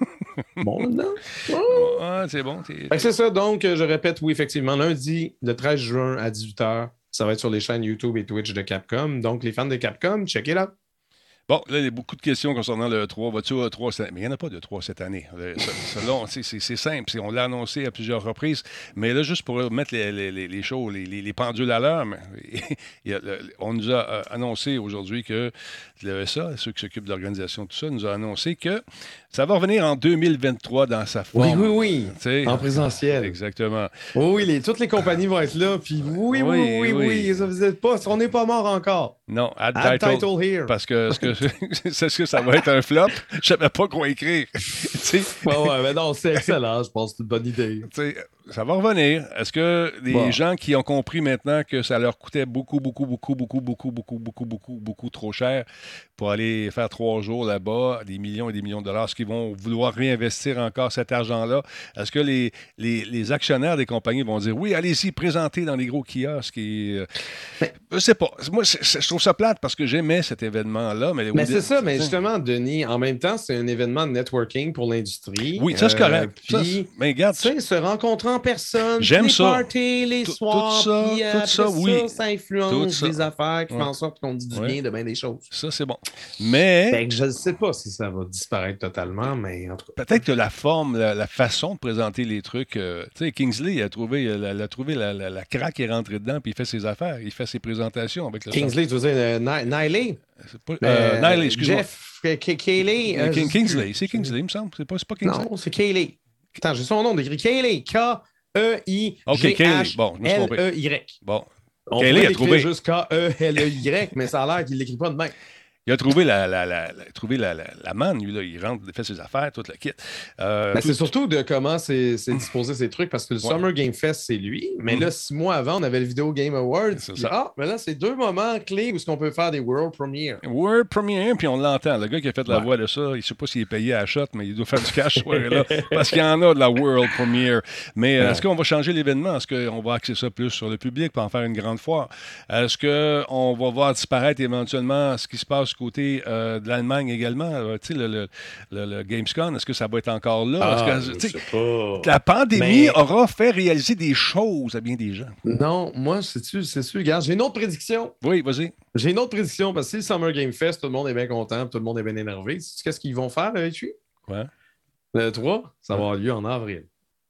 Bon, là-dedans. Ouais, c'est bon. t'es- Fait que c'est ça, donc, euh, je répète, oui, effectivement, lundi, le treize juin à dix-huit heures, ça va être sur les chaînes YouTube et Twitch de Capcom. Donc, les fans de Capcom, checkez là. Bon, là, il y a beaucoup de questions concernant le E trois. Vas-tu au E trois cette année? Mais il n'y en a pas de E trois cette année. Le- ce- Selon, c'est, c'est, c'est simple. C'est- on l'a annoncé à plusieurs reprises. Mais là, juste pour mettre les, les, les, les choses, les, les, les pendules à l'heure, mais, il y a le- on nous a euh, annoncé aujourd'hui que le E S A, ceux qui s'occupent de l'organisation, tout ça, nous a annoncé que ça va revenir en deux mille vingt-trois dans sa Oui, forme. oui, oui. Tu sais, En présentiel. Exactement. Oui, oui, les- toutes les compagnies vont être là. Puis oui, oui, Oui, oui, oui, oui. ça vous êtes pas. On n'est pas mort encore. Non, add, Add title, title here. Parce que, ce que c'est ce que ça va être un flop. Je savais pas quoi écrire. Tu sais, Ouais, ouais, mais non, c'est excellent. Je pense que c'est une bonne idée. tu sais, ça va revenir. Est-ce que les Bon. gens qui ont compris maintenant que ça leur coûtait beaucoup, beaucoup, beaucoup, beaucoup, beaucoup, beaucoup, beaucoup, beaucoup, beaucoup trop cher pour aller faire trois jours là-bas, des millions et des millions de dollars, est-ce qu'ils vont vouloir réinvestir encore cet argent-là? Est-ce que les, les, les actionnaires des compagnies vont dire oui, allez-y, présentez dans les gros kiosques? Et, euh, je sais pas. Moi, c'est- c'est- je trouve ça plate parce que j'aimais cet événement-là. Mais, Mais c'est ça, mais justement, Denis, en même temps, c'est un événement de networking pour l'industrie. Oui, ça, c'est correct. Euh, Ça, Puis, c'est- mais regarde, tu sais, se rencontrer en personne, J'aime les ça. parties, les Tout- soirs, tout ça, puis tout après ça, oui. ça influence Tout ça. des affaires qui Ouais. font en sorte qu'on dit du Ouais. bien de bien des choses. ça, c'est bon. Mais Fait que je ne sais pas si ça va disparaître totalement, mais en tout cas. peut-être que la forme, la, la façon de présenter les trucs, euh, tu sais, Kingsley, il a trouvé, il a, il a trouvé la, la, la craque est rentrée dedans, puis il fait ses affaires, il fait ses présentations avec le Kingsley, tu veux dire euh, Ni- Niley? C'est pas, euh, Euh, Niley, excuse-moi. Jeff euh, K- Kaylee? Euh, euh, King- je- Kingsley, c'est Kingsley, il me semble. C'est pas, c'est pas Kingsley. Non, c'est Kaylee. Attends, j'ai son nom décrit. Kaylee. K E I OK, Kaylee. Bon, je me suis L trompé. E Y. Bon. On Kaylee pourrait a l'écrire trouvé. juste K E L E Y, mais ça a l'air qu'il ne l'écrit pas de même. Il a trouvé la, la, la, la- trouvé la, la, la manne, lui, là. Il rentre, il fait ses affaires, tout le kit. Euh, Ben, tout- c'est surtout de comment c'est c'est disposé ces trucs, parce que le Ouais. Summer Game Fest, c'est lui. Mais Mm. là, six mois avant, on avait le Video Game Awards. C'est Puis, ça. ah, mais là, c'est deux moments clés où est-ce qu'on peut faire des World Premiere. World Premiere, puis on l'entend. Le gars qui a fait la Ouais. voix de ça, il ne sait pas s'il est payé à la shot, mais il doit faire du cash ce soir-là, parce qu'il y en a de la World Premiere. Mais euh, Ouais. est-ce qu'on va changer l'événement? Est-ce qu'on va axer ça plus sur le public pour en faire une grande foire? Est-ce qu'on va voir disparaître éventuellement ce qui se passe du côté euh, de l'Allemagne également? Euh, tu sais, le, le, le, le Gamescom, est-ce que ça va être encore là? Ah, Est-ce que, je tu sais, sais pas. la pandémie Mais- aura fait réaliser des choses à bien des gens. Non, moi, c'est-tu, c'est sûr. Regarde, j'ai une autre prédiction. Oui, vas-y. J'ai une autre prédiction, parce que si le Summer Game Fest, tout le monde est bien content, tout le monde est bien énervé. Sais-tu qu'est-ce qu'ils vont faire avec lui? Quoi? Le trois, ça va avoir lieu en avril.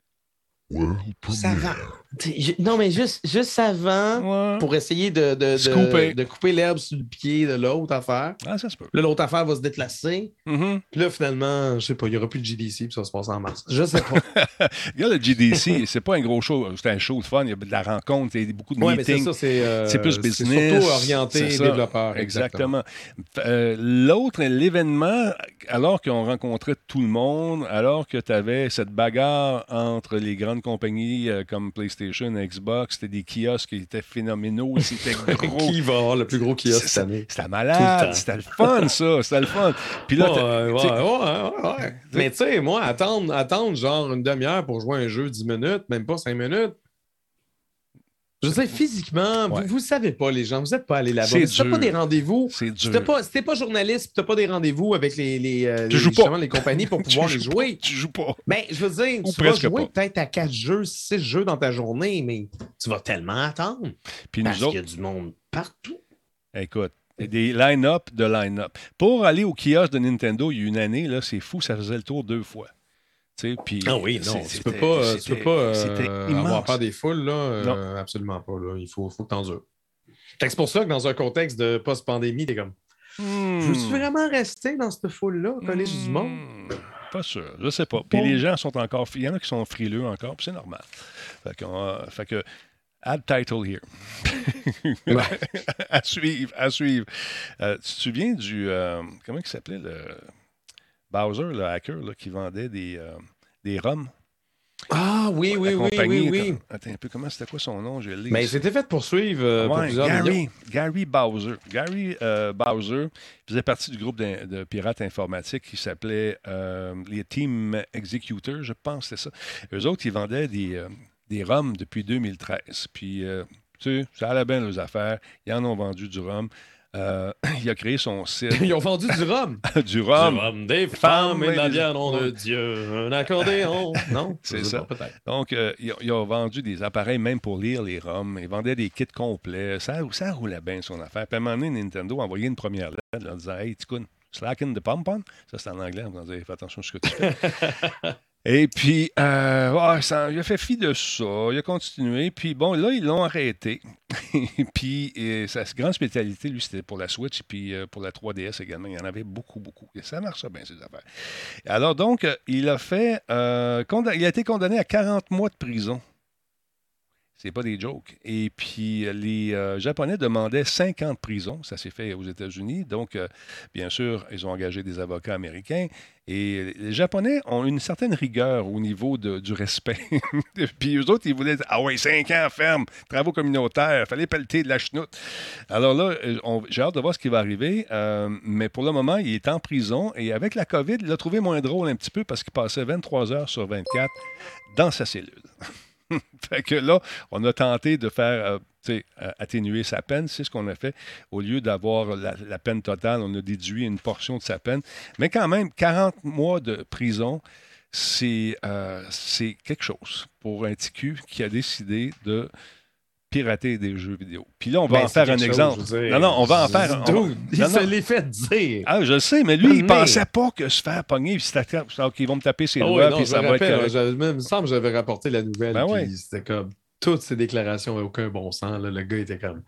Juste avant. T'sais, je- Non, mais juste, juste avant, Ouais. pour essayer de, de, Se de- couper. De couper l'herbe sur le pied de l'autre affaire. Ah, ça se peut. Là, l'autre affaire va se déplacer. Mhm. Puis là, finalement, je sais pas, il n'y aura plus de G D C, puis ça va se passer en mars. Je sais pas. Regarde le G D C, c'est pas un gros show, c'est un show de fun, il y a de la rencontre, il y a beaucoup de Oui, mais c'est meetings. ça, c'est. euh, C'est plus business. surtout orienté c'est ça. développeur. Exactement. Exactement. Euh, L'autre, l'événement, alors qu'on rencontrait tout le monde, alors que tu avais cette bagarre entre les grandes compagnies euh, comme PlayStation, Xbox, c'était des kiosques qui étaient phénoménaux, c'était gros. Qui va avoir le plus gros kiosque cette année? C'était Tout le malade, temps. c'était le fun, ça, c'était le fun. Puis là, t'as- Ouais, ouais, tu sais, ouais, ouais, ouais. Mais tu sais, moi, attendre, attendre genre une demi-heure pour jouer un jeu dix minutes, même pas cinq minutes. Je veux dire, physiquement, Ouais. vous ne savez pas, les gens, vous n'êtes pas allés là-bas. C'est Mais si t'as dur. pas des rendez-vous, c'est si dur. t'as pas, si t'es pas journaliste, tu n'as pas des rendez-vous avec les, les, euh, Tu les- joues pas. justement, les compagnies pour pouvoir Tu les joues jouer. pas, Tu joues pas. Ben, je veux dire, Ou tu vas presque jouer pas. peut-être à quatre jeux, six jeux dans ta journée, mais tu vas tellement attendre. Puis Parce nous qu'il y autres, a du monde partout. écoute, il y a des line-up de line-up. Pour aller au kiosque de Nintendo, il y a une année, là, c'est fou, ça faisait le tour deux fois. Tu sais, puis, Ah oui, non, c'est- tu peux c'était- pas, euh, tu c'était- peux pas euh, c'était avoir immense. peur des foules, là. euh, absolument pas, là. Il faut, faut que t'endures. Fait que c'est pour ça que dans un contexte de post-pandémie, t'es comme, Hmm. veux-tu vraiment rester dans cette foule-là, collège du monde? Hmm. Pas sûr. Je sais pas. Puis les gens sont encore... Il y en a qui sont frileux encore, puis c'est normal. Fait, qu'on, fait que... Add title here. à suivre, à suivre. Euh, tu te souviens du... Euh, comment il s'appelait, le... Bowser, le hacker, là, qui vendait des, euh, des rums? Ah oui, oui, oui, oui, oui. Attends un peu, comment c'était quoi son nom? Je Mais c'était fait poursuivre euh, ouais, pour plusieurs Gary, millions. Gary Bowser. Gary euh, Bowser faisait partie du groupe de, de pirates informatiques qui s'appelait euh, les Team Executors, je pense que c'était ça. Eux autres, ils vendaient des, euh, des rums depuis deux mille treize. Puis, euh, tu sais, ça allait bien leurs affaires. Ils en ont vendu du rhum. Euh, il a créé son site. Ils ont vendu du rhum. du rhum. Du rhum, des femmes et de la bière, nom de Dieu. Un accordéon. Non? C'est ça. Pas, peut-être. Donc, euh, ils, ils ont vendu des appareils même pour lire les rhums. Ils vendaient des kits complets. Ça, ça roulait bien, son affaire. Puis à un moment donné, Nintendo a envoyé une première lettre en disant « Hey, Ticoun, slacking the pom-pom. » Ça, c'est en anglais. On disait « Fais attention à ce que tu fais. » Et puis, euh, ouais, ça, il a fait fi de ça, il a continué. Puis bon, là, ils l'ont arrêté. Puis, et sa grande spécialité, lui, c'était pour la Switch, puis euh, pour la trois D S également. Il y en avait beaucoup, beaucoup. Et ça marche bien, ces affaires. Alors, donc, euh, il a fait, euh, condam- il a été condamné à quarante mois de prison. C'est pas des jokes. Et puis, les euh, Japonais demandaient cinq ans de prison. Ça s'est fait aux États-Unis. Donc, euh, bien sûr, ils ont engagé des avocats américains. Et les Japonais ont une certaine rigueur au niveau de, du respect. Puis eux autres, ils voulaient dire « Ah ouais, cinq ans ferme, travaux communautaires, fallait pelleter de la chenoute. » Alors là, on, j'ai hâte de voir ce qui va arriver. Euh, mais pour le moment, il est en prison. Et avec la COVID, il l'a trouvé moins drôle un petit peu parce qu'il passait vingt-trois heures sur vingt-quatre dans sa cellule. Fait que là, on a tenté de faire euh, tu sais, atténuer sa peine. C'est ce qu'on a fait. Au lieu d'avoir la, la peine totale, on a déduit une portion de sa peine. Mais quand même, quarante mois de prison, c'est, euh, c'est quelque chose pour un T Q qui a décidé de pirater des jeux vidéo. Puis là, on va ben, en faire un chose, exemple. Dire, non, non, on va en faire un... Dude, il non, se non. l'est fait dire. Ah, je le sais, mais lui, il Mais... pensait pas que se faire pogner, puis c'était qu'ils vont me taper ses oh, doigts, oui, non, puis ça va rappelle, être correct. Il me semble que j'avais rapporté la nouvelle, ben puis ouais. c'était comme... Toutes ces déclarations n'avaient aucun bon sens. Là. Le gars était comme...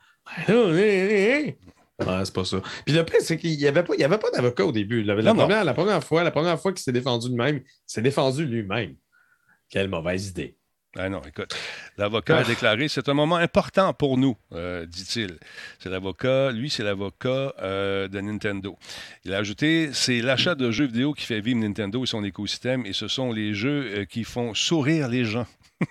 Ouais, c'est pas ça. Puis le pire, c'est qu'il n'y avait pas, il y avait pas d'avocat au début. La, la, non, première, non. la première fois, la première fois qu'il s'est défendu lui-même, il s'est défendu lui-même. Quelle mauvaise idée. Ah non, écoute, l'avocat ah. a déclaré « C'est un moment important pour nous, euh, dit-il. » C'est l'avocat, lui, c'est l'avocat euh, de Nintendo. Il a ajouté « C'est l'achat de jeux vidéo qui fait vivre Nintendo et son écosystème, et ce sont les jeux euh, qui font sourire les gens. »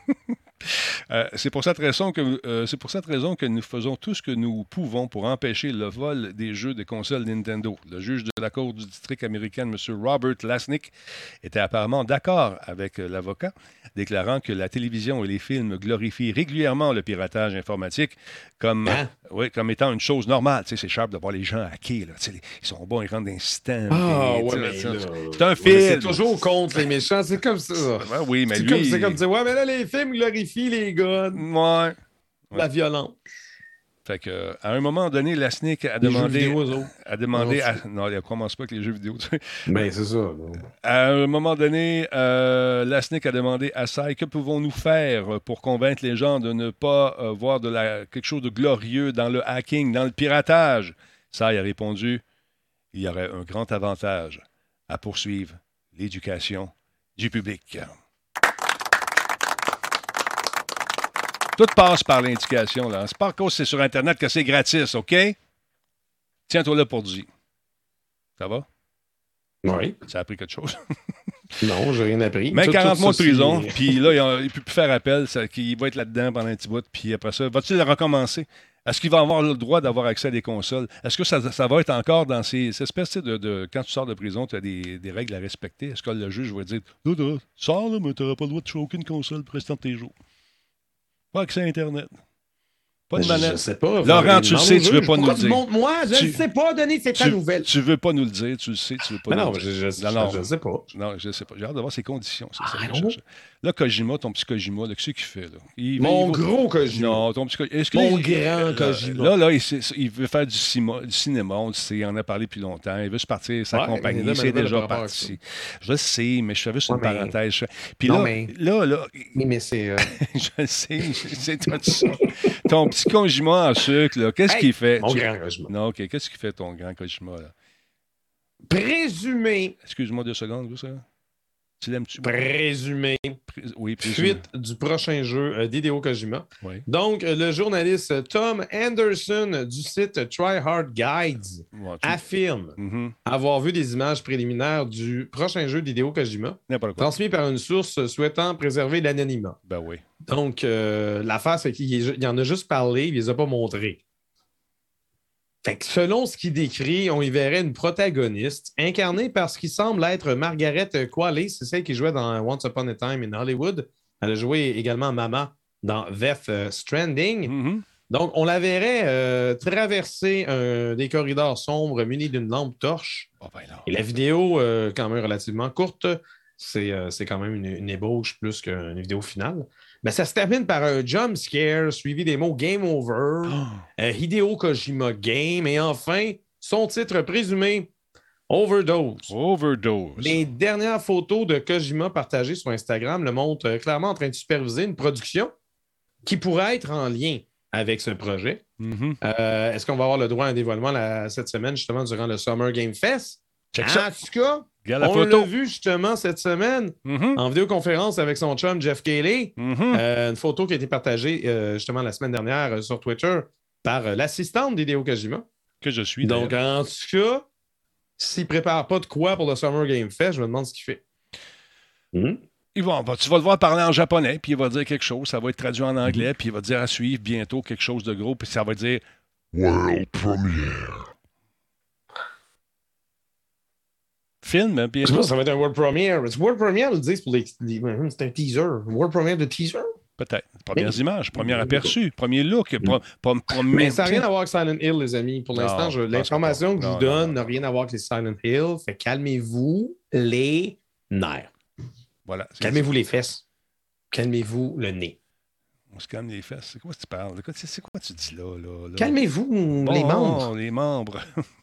Euh, c'est, pour cette raison que, euh, c'est pour cette raison que nous faisons tout ce que nous pouvons pour empêcher le vol des jeux des consoles Nintendo. Le juge de la Cour du district américain, M. Robert Lasnik, était apparemment d'accord avec euh, l'avocat, déclarant que la télévision et les films glorifient régulièrement le piratage informatique comme, hein? euh, oui, comme étant une chose normale. Tu sais, c'est sharp de voir les gens hacker. Là. Tu sais, ils sont bons, ils rentrent dans un système. Ah, et, ouais, là, mais ça, là, c'est un ouais, film. C'est toujours contre les méchants. C'est comme ça. Ouais, oui, mais c'est, lui, comme, c'est comme dire, ouais, mais là, les films glorifient les guns. Ouais. La violence. Fait que, à un moment donné, Lasnik a demandé. Les jeux vidéo, a demandé à, non, il ne commence pas avec les jeux vidéo. Tu sais. Ben, c'est ça. Non. À un moment donné, euh, Lasnik a demandé à Sai que pouvons-nous faire pour convaincre les gens de ne pas euh, voir de la, quelque chose de glorieux dans le hacking, dans le piratage. Sai a répondu il y aurait un grand avantage à poursuivre l'éducation du public. Tout passe par l'indication. Là. C'est pas à cause que c'est sur Internet que c'est gratis, OK? Tiens-toi là pour dire. Ça va? Oui. Ça a appris quelque chose? Non, j'ai rien appris. Mais tout, quarante tout mois de prison, c'est... puis là, il ne peut plus faire appel, ça, qu'il va être là-dedans pendant un petit bout, puis après ça, va-t-il le recommencer? Est-ce qu'il va avoir le droit d'avoir accès à des consoles? Est-ce que ça, ça va être encore dans ces, ces espèces de, de... Quand tu sors de prison, tu as des, des règles à respecter. Est-ce que le juge va dire « Tu sors, là, mais tu n'auras pas le droit de toucher aucune console pour le restant de tes jours. » Pas accès à Internet. Pas de manette. Je sais pas. Laurent, tu le sais, tu veux pas nous le dire. Moi, je ne sais pas, Denis, c'est ta tu, nouvelle. Tu veux pas nous le dire, tu le sais, tu veux pas mais nous non, le dire. Je, je, non, non, je, je sais pas. Non, je sais pas. J'ai hâte de voir ses conditions. C'est ça ah, que je cherche. Là, Kojima, ton petit Kojima, là, qu'est-ce qu'il fait? Là? Il, Mon il, il gros Kojima. Non, ton petit Kojima. Mon il, grand là, Kojima. Là, là, il, il veut faire du, cima, du cinéma, on le sait, il en a parlé depuis longtemps. Il veut se partir sa ouais, compagnie, là, c'est déjà parti. Je le sais, mais je savais sur une ouais, parenthèse. Mais... Puis non, là, mais... là, là... Oui, mais c'est... Euh... je le sais, c'est toi ça. Ton petit Kojima en sucre, là, qu'est-ce hey, qu'il fait? Mon tu... grand Kojima. Non, OK, qu'est-ce qu'il fait, ton grand Kojima, là? Présumé. Excuse-moi deux secondes, vous, ça? Tu l'aimes-tu? Présumé. Pré- oui, présumé. Suite du prochain jeu euh, d'Hideo Kojima. Oui. Donc, euh, le journaliste Tom Anderson du site Try Hard Guides Ouais, tu- affirme Mhm. avoir vu des images préliminaires du prochain jeu d'Hideo Kojima, N'importe quoi. transmis par une source souhaitant préserver l'anonymat. Ben oui. Donc, euh, l'affaire, c'est qu'il il en a juste parlé, il ne les a pas montrés. Fait que selon ce qu'il décrit, on y verrait une protagoniste incarnée par ce qui semble être Margaret Qualley, c'est celle qui jouait dans Once Upon a Time in Hollywood. Elle a joué également Mama dans Death Stranding. Mhm. Donc, on la verrait euh, traverser un- des corridors sombres munis d'une lampe torche. Oh, ben non. Et la vidéo, euh, quand même relativement courte, c'est euh, c'est quand même une, une ébauche plus qu'une vidéo finale. Mais ça se termine par un jump scare suivi des mots Game Over, Oh. euh, Hideo Kojima Game et enfin son titre présumé Overdose. Overdose. Les dernières photos de Kojima partagées sur Instagram le montrent euh, clairement en train de superviser une production qui pourrait être en lien avec ce projet. Mhm. Euh, Est-ce qu'on va avoir le droit à un dévoilement la- cette semaine, justement, durant le Summer Game Fest? Check En ça. tout cas, Regarde la on photo. l'a vu justement cette semaine Mhm. en vidéoconférence avec son chum Jeff Keighley. Mhm. Euh, une photo qui a été partagée euh, justement la semaine dernière euh, sur Twitter par euh, l'assistante d'Hideo Kojima. Que je suis. Donc, d'ailleurs. en tout cas, s'il ne prépare pas de quoi pour le Summer Game Fest, je me demande ce qu'il fait. Hmm? Il va, bah, tu vas le voir parler en japonais, puis il va dire quelque chose. Ça va être traduit en Mhm. anglais, puis il va dire à suivre bientôt quelque chose de gros, puis ça va dire World premiere. film, hein, puis Je sais pas, ça va être un World Premiere. World Premiere, ils le disent pour les. les- C'est un teaser. World Premiere de teaser. peut-être. Premières Mais- images, premier aperçu, premier look, pro- pro- premier- Mais ça n'a rien à voir avec Silent Hill, les amis. Pour Non, l'instant, je- je pense l'information pas. que je Non, vous donne non, non. n'a rien à voir avec les Silent Hill. Fait calmez-vous les nerfs. Voilà. c'est- Calmez-vous les fesses. Calmez-vous le nez. On se calme les fesses. C'est quoi que tu parles? De quoi- C'est c'est quoi tu dis là? là, là? Calmez-vous Bon, les membres. Les membres.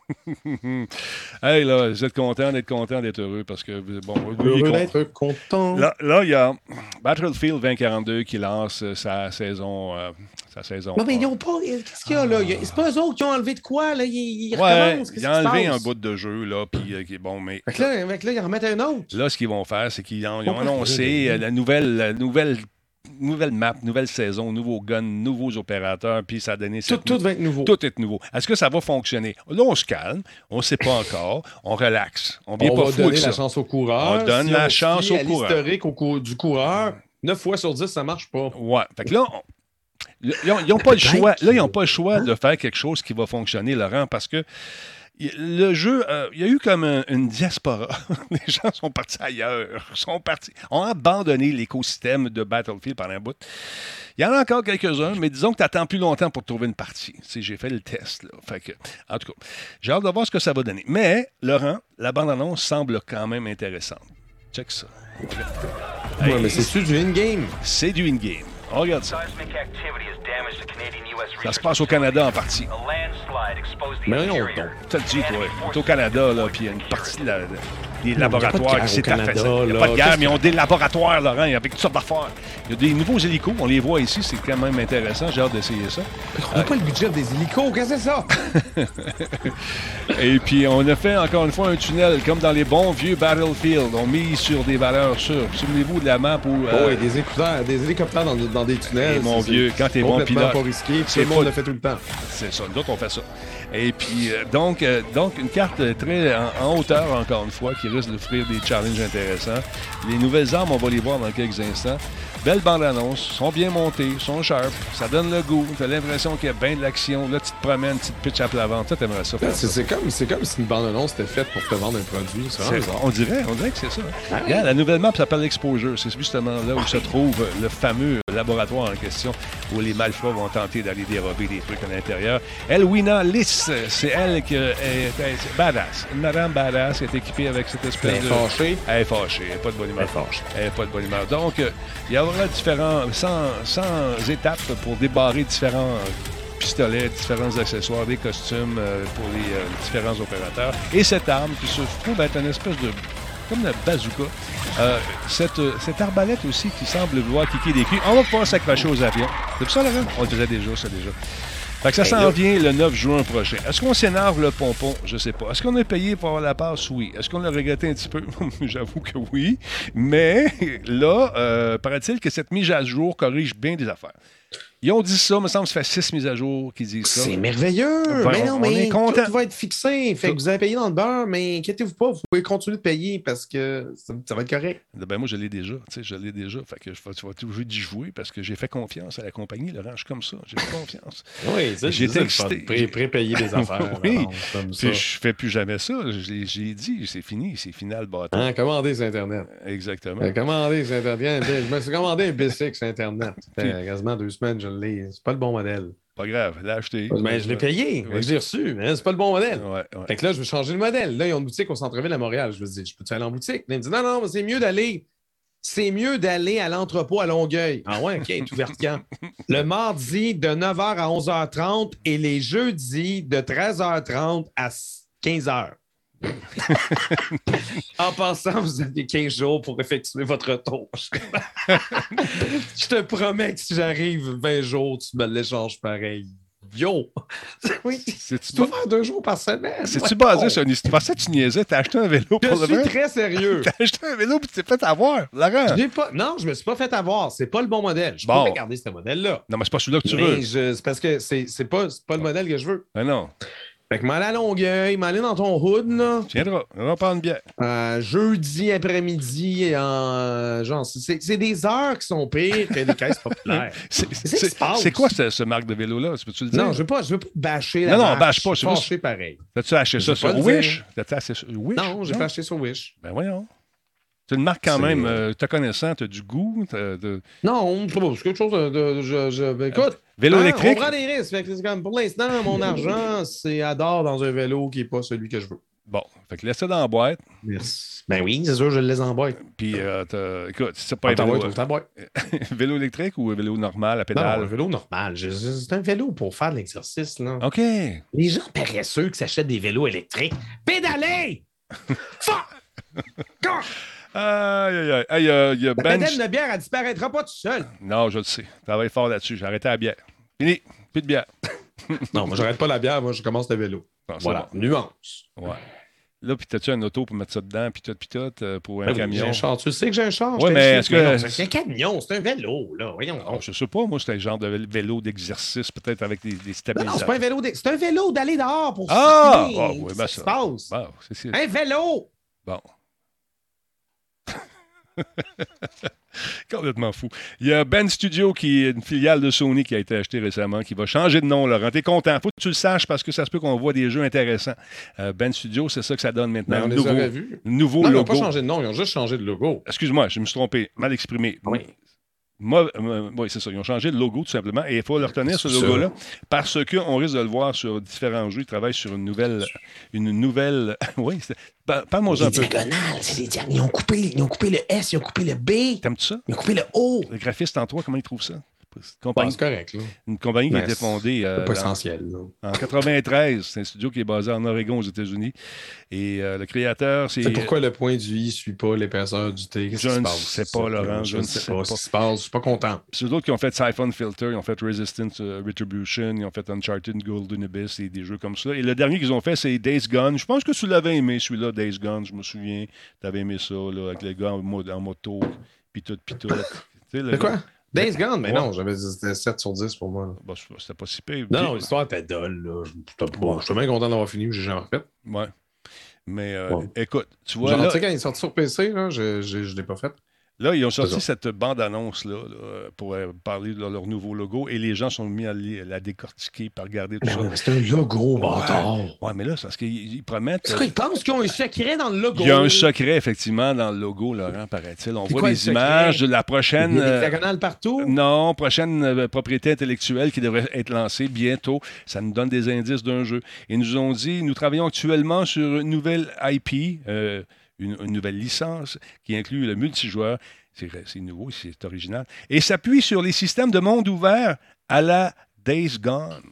Hey, là, vous êtes content d'être content d'être heureux parce que, bon, oui, Heureux con- d'être content. Là, là, il y a Battlefield vingt quarante-deux qui lance euh, sa saison. euh, sa saison. Non, mais ils n'ont pas. Qu'est-ce qu'il y a là? Il y a- C'est pas eux autres qui ont enlevé de quoi, là? Ils, ils Ouais, recommencent. Qu'est-ce il qui a se enlevé un passe? bout de jeu, là, puis euh, qui est bon, mais. Fait que là, fait que là, ils en remettent un autre. Là, ce qu'ils vont faire, c'est qu'ils ont, ils ont Pourquoi? annoncé euh, la nouvelle, la nouvelle, nouvelle map, nouvelle saison, nouveaux guns, nouveaux opérateurs, puis ça a donné Tout, cette- tout va être nouveau. Tout est nouveau. Est-ce que ça va fonctionner? Là, on se calme, on ne sait pas encore, on relaxe. On vient On pas va fou avec donner la ça. chance au coureur. On donne Si la on chance fie au à coureur. l'historique au cou- du coureur, neuf fois sur dix, ça marche pas. Ouais. Fait que là, on- ils n'ont pas le choix. Là, ils n'ont pas le choix de faire quelque chose qui va fonctionner, Laurent, parce que y- le jeu, euh, il y a eu comme un- une diaspora. Les gens sont partis ailleurs, sont partis, ont abandonné l'écosystème de Battlefield pendant un bout. Il y en a encore quelques-uns, mais disons que tu attends plus longtemps pour trouver une partie. Tu sais, j'ai fait le test. Là. Fait que, en tout cas, j'ai hâte de voir ce que ça va donner. Mais, Laurent, la bande-annonce semble quand même intéressante. Check ça. Ouais, Hey, mais c'est-tu du in-game? c'est du in-game. On regarde ça. Seismic activity has damaged the Canadian U S Ça se passe au Canada en partie. A landslide exposed the Mais non, interior. Tu le dis, toi. On est au Canada, là, puis il y a une partie de la- des y a pas de laboratoires guerre qui s'est au Canada, affaissée. Il n'y a là. pas de guerre, Qu'est-ce mais ils ont des laboratoires, Laurent, avec toutes sortes d'affaires. Il y a des nouveaux hélicos, on les voit ici, c'est quand même intéressant. J'ai hâte d'essayer ça. On n'a pas le budget des hélicos, qu'est-ce que c'est ça? Et puis, on a fait encore une fois un tunnel, comme dans les bons vieux Battlefield. On mise sur des valeurs sûres. Souvenez-vous de la map où... Oh, euh, ouais, des hélicoptères, des hélicoptères dans, dans des tunnels. Et mon c'est- vieux, quand t'es bon complètement pilote, pas risqué, puis c'est tout le monde pas- le fait tout le temps. C'est ça, nous autres, on fait ça. Et puis, euh, donc, euh, donc, une carte très en, en hauteur, encore une fois, qui risque d'offrir des challenges intéressants. Les nouvelles armes, on va les voir dans quelques instants. Belle bande-annonce, sont bien montées, sont sharp, ça donne le goût, t'as l'impression qu'il y a bien de l'action. Là, tu te promènes, tu te pitches à plat ventre. Toi, t'aimerais ça faire C'est ça. c'est comme, c'est comme si une bande-annonce était faite pour te vendre un produit. C'est vraiment C'est- bizarre. on dirait, on dirait que c'est ça. Ah oui. Regarde, la nouvelle map s'appelle Exposure. C'est justement là où se trouve le fameux laboratoire en question où les malfrats vont tenter d'aller dérober des trucs à l'intérieur. Elwina Liss, c'est elle qui est, est- est badass. Une madame badass qui est équipée avec cette espèce Elle est de... fâchée. Elle est fâchée. Elle n'est pas de bonne humeur. Elle est fâchée. Elle n'est pas de bonne humeur. Donc, euh, il y aura différents, cent, cent étapes pour débarrer différents pistolets, différents accessoires, des costumes euh, pour les euh, différents opérateurs. Et cette arme qui se trouve être une espèce de... comme une bazooka. Euh, cette, cette arbalète aussi qui semble vouloir kicker des culs. On va pouvoir s'accrocher aux avions. C'est pour ça, Laurent? On le faisait déjà, ça, déjà. Fait que ça Ben s'en là- vient le neuf juin prochain. Est-ce qu'on s'énerve le pompon? Je sais pas. Est-ce qu'on a payé pour avoir la passe? Oui. Est-ce qu'on l'a regretté un petit peu? J'avoue que oui. Mais là, euh, paraît-il que cette mise à jour corrige bien des affaires. Ils ont dit ça, il me semble que ça fait six mises à jour qu'ils disent ça. C'est merveilleux! Ben, mais on- non, on mais est content. tout va être fixé. Fait que vous avez payé dans le beurre, mais inquiétez-vous pas, vous pouvez continuer de payer parce que ça, ça va être correct. Ben moi, je l'ai déjà. Tu sais, je l'ai déjà. Fait que je vais, tu vas être obligé d'y jouer parce que j'ai fait confiance à la compagnie. Laurent, je suis comme ça. J'ai fait confiance. Oui, ça, J'étais c'est excité. Pré- Pré-payer des affaires. Oui. d'avance, comme ça. Puis je fais plus jamais ça. J'ai, j'ai dit, c'est fini. C'est final, bâton. Hein, commandez sur Internet. Exactement. Euh, Commandez sur Internet. Je me suis commandé un B six sur Internet. Ça fait quasiment deux semaines, je l'ai. C'est pas le bon modèle. Pas grave. L'ai acheté. Mais je l'ai payé. Ouais. Je l'ai reçu, mais c'est pas le bon modèle. Ouais, ouais. Fait que là, je veux changer le modèle. Là, ils ont une boutique au centre-ville à Montréal. Je me dis, je peux-tu aller en boutique? Là, il me dit, non, non, mais c'est mieux d'aller. C'est mieux d'aller à l'entrepôt à Longueuil. Ah ouais, OK, tout ouvert quand? Le mardi de neuf heures à onze heures trente et les jeudis de treize heures trente à quinze heures. En passant, vous avez quinze jours pour effectuer votre retour. Je te promets que si j'arrive vingt jours, tu me l'échanges pareil. Yo! Oui, C'est-tu tu peux faire deux jours par semaine. C'est-tu Ouais. basé sur une histoire? Parce que tu niaisais, t'as acheté un vélo Je pour le suis vrai? très sérieux. T'as acheté un vélo puis tu t'es fait avoir, Laurent. Je l'ai pas... Non, je me suis pas fait avoir. C'est pas le bon modèle. Je Bon. pourrais garder ce modèle-là. Non, mais c'est pas celui-là que tu Mais veux. je- c'est parce que c'est c'est pas, c'est pas le modèle que je veux. Ben non. Fait que m'aller à Longueuil, m'aller dans ton hood, là. Tu viendras. On va prendre une bière. Euh, jeudi après-midi, en, genre, c'est c'est des heures qui sont pires que les caisses populaires. C'est, Qu'est-ce qui c'est- se passe? c'est quoi ce, ce marque de vélo-là? Peux-tu le dire? Non, je veux pas, je veux pas bâcher la Non, non, marque. bâche pas, Je suis c'est juste- fâché pareil. T'as-tu acheté Je ça vais pas sur le Wish? dire. T'as-tu acheté sur Wish? Non, j'ai pas acheté sur Wish. Ben voyons. C'est une marque quand C'est- même, euh, te connaissant, t'as du goût. t'as de- Non, c'est pas- c'est quelque chose de. de- je, je- ben, écoute. Vélo hein, électrique? On prend des risques. Fait que c'est comme, pour l'instant, mon argent, c'est à d'or dans un vélo qui n'est pas celui que je veux. Bon, fait que laisse ça dans la boîte. Merci. Ben oui, c'est sûr, je le laisse en boîte. Puis, euh, t'as- écoute, si c'est pas Pas un ta vélo, boîte, ta boîte. vélo électrique ou un vélo normal à Non, pédale? un vélo normal. Je- je- C'est un vélo pour faire de l'exercice, là. OK. Les gens paresseux qui s'achètent des vélos électriques. Pédalez! Fuck! God! Aïe, aïe, aïe. Aïe, euh, il y a La Ben... pédale de bière, elle disparaîtra pas tout seul. Non, je le sais. Travaille fort là-dessus. J'ai arrêté la bière. Fini. Plus de bière. Non, moi, j'arrête pas la bière, moi, je commence le vélo. Bon, c'est Voilà, nuance. bon. Ouais. Là, puis t'as-tu un auto pour mettre ça dedans, puis tout, puis tout, euh, pour un Ben oui, J'ai camion? un char. Tu sais que j'ai un char. Ouais, je t'ai mais dit. est-ce que- non, C'est un camion, c'est un vélo, là. Voyons. Oh, je sais pas, moi, c'était le genre de vélo d'exercice, peut-être avec des, des Non, non, stabilisateurs. c'est pas un vélo. d'e- C'est un vélo d'aller dehors pour Ah! circuler. Ah, oui, ben Qu'est-ce qui ça. se passe? Bon, c'est, c'est... Un vélo! Bon. Complètement fou. Il y a Ben Studio, qui est une filiale de Sony qui a été achetée récemment, qui va changer de nom, Laurent. T'es content? Faut que tu le saches parce que ça se peut qu'on voit des jeux intéressants. Euh, Ben Studio, c'est ça que ça donne maintenant. Ben, on les nouveau, aurait vus. nouveau Non, ils n'ont logo. pas changé de nom, ils ont juste changé de logo. Excuse-moi, je me suis trompé. Mal exprimé. Oui. Mo- euh, oui, c'est ça. Ils ont changé le logo, tout simplement. Et il faut le retenir, ce C'est ça. logo-là, parce qu'on risque de le voir sur différents jeux. Ils travaillent sur une nouvelle... Une nouvelle... oui, c'est... Pa- Parle-moi Les un peu. diagonales, c'est des diagonales. Ils ont coupé, ils ont coupé le S, ils ont coupé le B, T'aimes-tu ça? ils ont coupé le O. Le graphiste en toi, comment il trouve ça? C'est une Bon, compagnie, c'est correct, là. une compagnie qui a Ben, été fondée euh, C'est pas dans- essentiel, là. en quatre-vingt-treize. C'est un studio qui est basé en Oregon, aux États-Unis. Et euh, le créateur, c'est... C'est pourquoi le point du I ne suit pas l'épaisseur du T. Qu'est-ce Je qui se ne passe? sais pas, Laurent, je Je ne ne sais sais pas pas. ce qui se passe. Je suis pas content. C'est eux autres qui ont fait Siphon Filter, ils ont fait Resistance euh, Retribution, ils ont fait Uncharted Golden Abyss et des jeux comme ça. Et le dernier qu'ils ont fait, c'est Days Gone. Je pense que tu l'avais aimé, celui-là, Days Gone. Je me souviens. Tu avais aimé ça, là, avec les gars en, mode- en moto, puis tout, puis tout. Tu sais, le- C'est quoi? Days Gone? Mais Ouais. non, j'avais c'était sept sur dix pour moi. là. Bon, c'était pas si pire. Non, Puis- non, l'histoire était dolle, là. J'étais bon, j'étais bien content d'avoir fini, j'ai jamais refait. Ouais. Mais euh, Ouais. écoute, tu vois, Genre, là, tu sais, quand il est sorti sur P C, là, je ne l'ai pas fait. là, ils ont sorti ça. cette bande-annonce-là là, pour euh, parler de leur nouveau logo et les gens sont mis à li- la décortiquer, par regarder tout Ben ça. oui, mais c'est un logo, bâtard. Ouais, mais là, c'est parce qu'ils ils promettent. C'est quoi, ils pensent qu'ils ont un secret dans le logo? Il y a un secret, effectivement, dans le logo, Laurent, paraît-il. On C'est voit quoi des le secret? images de la Il prochaine. y a des euh, diagonales partout. non, prochaine euh, propriété intellectuelle qui devrait être lancée bientôt. Ça nous donne des indices d'un jeu. Ils nous ont dit, nous travaillons actuellement sur une nouvelle I P, euh, une, une nouvelle licence qui inclut le multijoueur. C'est, c'est nouveau, c'est original. Et s'appuie sur les systèmes de monde ouvert à la Days Gone.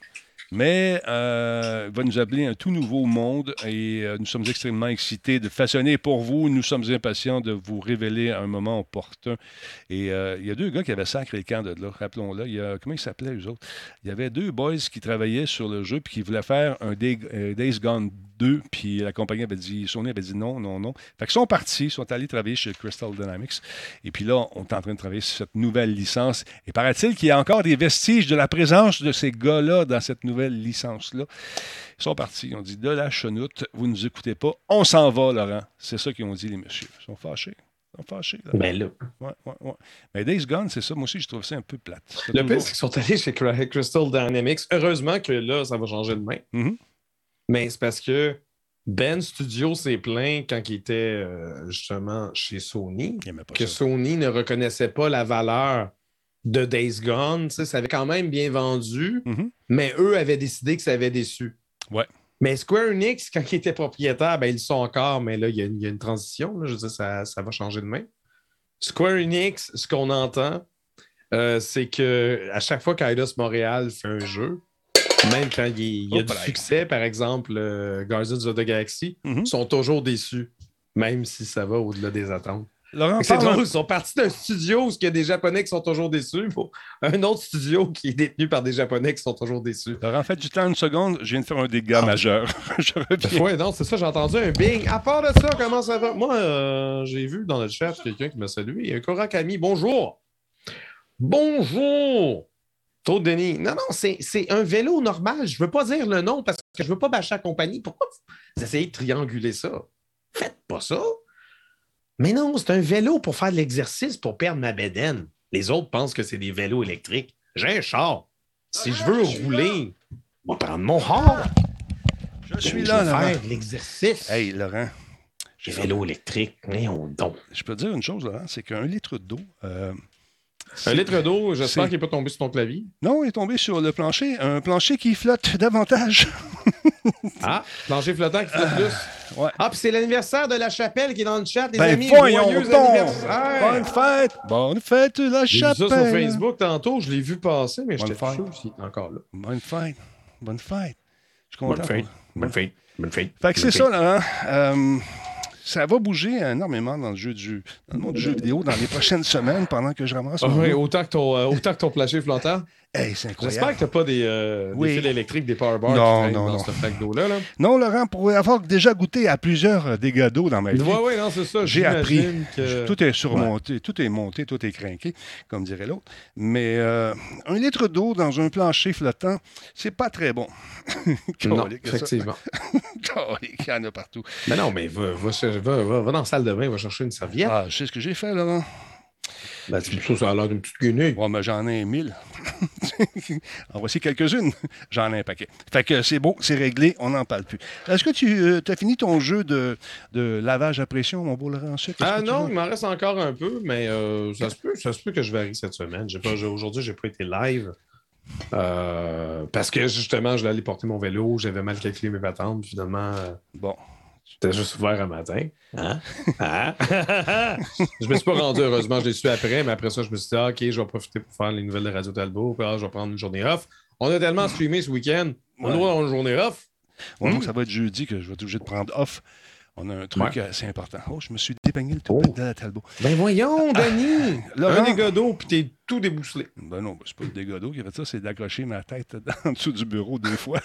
Mais euh, il va nous appeler un tout nouveau monde et euh, nous sommes extrêmement excités de façonner pour vous. Nous sommes impatients de vous révéler à un moment opportun. Et euh, il y a deux gars qui avaient sacré le camp de là, rappelons-le. Il y a, comment ils s'appelaient, eux autres? Il y avait deux boys qui travaillaient sur le jeu puis qui voulaient faire un Day, euh, Days Gone deux, puis la compagnie avait dit, Sony avait dit non, non, non. Fait qu'ils sont partis, ils sont allés travailler chez Crystal Dynamics. Et puis là, on est en train de travailler sur cette nouvelle licence. Et paraît-il qu'il y a encore des vestiges de la présence de ces gars-là dans cette nouvelle licence-là. Ils sont partis. Ils ont dit de la chenoute, vous ne nous écoutez pas, on s'en va, Laurent. C'est ça qu'ils ont dit, les messieurs. Ils sont fâchés. Ils sont fâchés. Là. Ben là. Ouais, ouais, ouais. Mais Days Gone, c'est ça. Moi aussi, je trouve ça un peu plate. C'est Le toujours... pire, c'est qu'ils sont allés chez Crystal Dynamics. Heureusement que là, ça va changer de main. Mm-hmm. Mais c'est parce que Ben Studio s'est plaint quand il était euh, justement chez Sony que ça. Sony ne reconnaissait pas la valeur de Days Gone. Tu sais, ça avait quand même bien vendu, Mm-hmm. mais eux avaient décidé que ça avait déçu. Ouais. Mais Square Enix, quand ils étaient propriétaires, ben, ils le sont encore, mais là, il y, y a une transition. Là, je veux dire, ça, ça va changer de main. Square Enix, ce qu'on entend, euh, c'est qu'à chaque fois qu'Eidos Montréal fait un jeu, même quand il, il y a oh, du pareil. succès, par exemple, euh, Guardians of the Galaxy, mm-hmm. sont toujours déçus, même si ça va au-delà des attentes. Laurent, c'est parle... drôle, ils sont partis d'un studio où il y a des Japonais qui sont toujours déçus pour un autre studio qui est détenu par des Japonais qui sont toujours déçus. Laurent, en fait, du temps, une seconde, je viens de faire un dégât ah. majeur. Je reviens. Oui, non, c'est ça, j'ai entendu un bing. À part de ça, comment ça va? Moi, euh, j'ai vu dans le chat quelqu'un qui m'a salué. Un Korakami, bonjour. Bonjour. Trop Denis. Non, non, c'est, c'est un vélo normal. Je ne veux pas dire le nom parce que je ne veux pas bâcher la compagnie. Pourquoi vous essayez de trianguler ça? Faites pas ça. Mais non, c'est un vélo pour faire de l'exercice, pour perdre ma bédaine. Les autres pensent que c'est des vélos électriques. J'ai un char. Si je veux rouler, je vais prendre mon char. Je suis là, là. Laurent. Faire de l'exercice. Hey, Laurent. Des vélos électriques, mais on donne. Je peux te dire une chose, Laurent, c'est qu'un litre d'eau... Euh, un litre d'eau, j'espère c'est... qu'il n'est pas tombé sur ton clavier. Non, il est tombé sur le plancher. Un plancher qui flotte davantage. Ah, plancher flottant qui flotte plus. Ouais. Ah, puis c'est l'anniversaire de La Chapelle qui est dans le chat, les ben amis. Voyons donc. Bonne fête! Bonne fête, La J'ai Chapelle! J'ai vu ça sur Facebook tantôt, je l'ai vu passer, mais j'étais pas sûr s'il était encore là. Bonne fête. Bonne fête. Je suis content. Bonne fête. Pour... Bonne fête. Bonne fête. Fait que c'est ça, Laurent. Euh, ça va bouger énormément dans le jeu du dans le monde du jeu vidéo dans les prochaines semaines pendant que je ramasse. Ah oui, autant que ton, euh, autant que ton plancher flottant. Hey, c'est incroyable. J'espère que tu n'as pas des, euh, oui. des fils électriques, des powerbars non, qui non, dans non. ce flaque d'eau-là. Là. Non, Laurent, pour avoir déjà goûté à plusieurs dégâts d'eau dans ma vie, oui, oui, non, c'est ça. j'ai appris. Que... Tout est surmonté, ouais. tout est monté, tout est crinqué, comme dirait l'autre. Mais euh, un litre d'eau dans un plancher flottant, c'est pas très bon. Non, effectivement. Il y en a partout. Mais non, mais va, va, va, va, va dans la salle de bain, va chercher une serviette. Ah, je sais ce que j'ai fait, Laurent. Ben, c'est ça, ça a l'air d'une petite guenille. Ouais, mais j'en ai mille. En voici quelques-unes. J'en ai un paquet. Fait que c'est beau, c'est réglé, on n'en parle plus. Est-ce que tu euh, as fini ton jeu de, de lavage à pression, mon beau Laurent? Ah non, il m'en reste encore un peu, mais euh, ça, se peut, ça se peut que je varie cette semaine. J'ai pas, aujourd'hui, je n'ai pas été live. Euh, parce que justement, je voulais aller porter mon vélo, j'avais mal calculé mes patentes, finalement. Euh, bon. J'étais juste ouvert un matin. Hein? Hein? Je me suis pas rendu, heureusement, je l'ai su après, mais après ça, je me suis dit, ah, OK, je vais profiter pour faire les nouvelles de Radio Talbot, puis ah, je vais prendre une journée off. On a tellement streamé ce week-end, on ouais. doit avoir une journée off. Ouais, mmh. Donc, ça va être jeudi que je vais être obligé de prendre off. On a un truc ouais. assez important. Oh, je me suis dépeigné le oh. de la Talbot. Ben voyons, Denis! Ah, Laurent... Un dégât d'eau, puis t'es tout débousselé. Ben non, ben c'est pas le dégât d'eau qui a fait ça, c'est d'accrocher ma tête en dessous du bureau deux fois.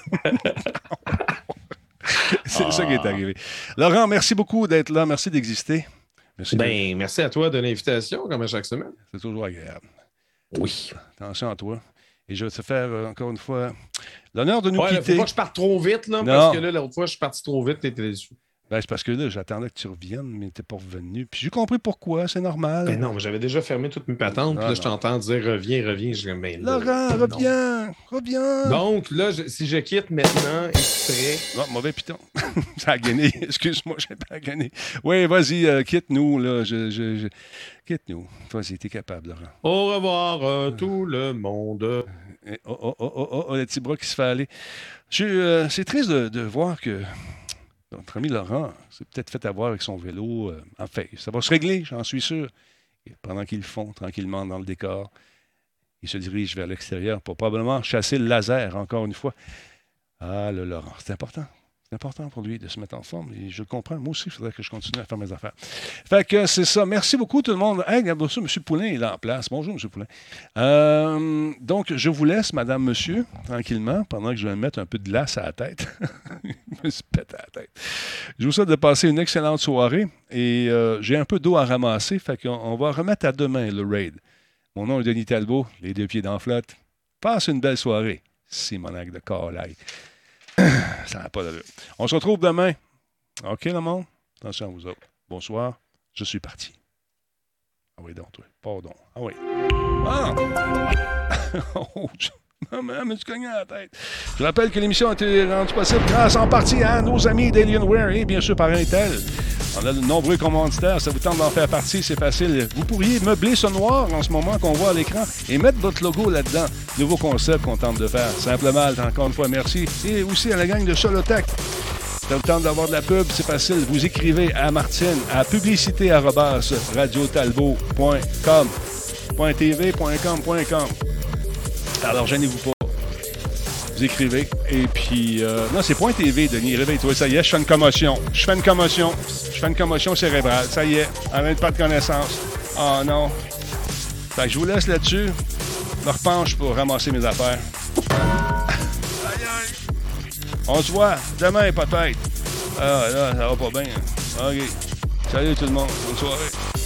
C'est ah. ça qui est arrivé. Laurent, merci beaucoup d'être là. Merci d'exister. Merci, ben, de... merci à toi de l'invitation, comme à chaque semaine. C'est toujours agréable. Oui. Attention à toi. Et je vais te faire, euh, encore une fois, l'honneur de nous ouais, quitter. Il ne faut pas que je parte trop vite, là, parce que là, l'autre fois, je suis parti trop vite, tu étais déçu. Ben, c'est parce que là, j'attendais que tu reviennes, mais tu n'es pas revenu. Puis j'ai compris pourquoi, c'est normal. Ben non, mais j'avais déjà fermé toutes mes patentes. Puis là, je t'entends dire reviens, reviens. Je dis, ben, Laurent, là, reviens, non. reviens. Donc, là, je, si je quitte maintenant, es-tu prêt? Non, mauvais piton. Ça a gagné. Excuse-moi, j'ai pas gagné. Oui, vas-y, euh, quitte-nous, là. Je, je, je... Quitte-nous. Vas-y, t'es capable, Laurent. Au revoir, euh, tout le monde. Et, oh, oh, oh, oh, oh, le petit bras qui se fait aller. Je, euh, c'est triste de, de voir que. Notre ami Laurent s'est peut-être fait avoir avec son vélo. Euh, enfin, ça va se régler, j'en suis sûr. Et pendant qu'ils le font tranquillement dans le décor, il se dirige vers l'extérieur pour probablement chasser le laser, encore une fois. Ah, le Laurent, c'est important. C'est important pour lui de se mettre en forme. Et je le comprends. Moi aussi, il faudrait que je continue à faire mes affaires. Fait que c'est ça. Merci beaucoup, tout le monde. Hey, regarde ça, M. Poulain est là en place. Bonjour, M. Poulain. Euh, donc, je vous laisse, madame, monsieur, tranquillement, pendant que je vais me mettre un peu de glace à la tête. Je me suis pété à la tête. Je vous souhaite de passer une excellente soirée. Et euh, j'ai un peu d'eau à ramasser. Fait qu'on on va remettre à demain le raid. Mon nom est Denis Talbot, les deux pieds dans la flotte. Passe une belle soirée. Simonac de Carlaï. Ça n'a pas d'allure. On se retrouve demain. OK, le monde? Attention à vous autres. Bonsoir. Je suis parti. Ah oui, donc, toi. Pardon. Ah oui. Ah! Oh, non, mais me suis cogné à la tête. Je rappelle que l'émission a été rendue possible grâce en partie à nos amis d'Alienware et bien sûr par Intel. On a de nombreux commanditaires. Ça vous tente d'en faire partie, c'est facile. Vous pourriez meubler ce noir en ce moment qu'on voit à l'écran et mettre votre logo là-dedans. Nouveau concept qu'on tente de faire. Simplement, encore une fois, merci. Et aussi à la gang de Solotech. Ça vous tente d'avoir de la pub, c'est facile. Vous écrivez à Martine à publicité arobase radio talbot point com .tv point com point com. Alors, gênez-vous pas. Vous écrivez. Et puis... Euh, non, c'est point .tv, Denis. Réveille-toi. Ça y est, je fais une commotion. Je fais une commotion. Je fais une commotion cérébrale. Ça y est. Arrête pas de connaissance. Oh non. Fait que je vous laisse là-dessus. Je me repenche pour ramasser mes affaires. Aïe, aïe. On se voit demain, peut-être. Ah, là, ça va pas bien. OK. Salut tout le monde. Bonne soirée.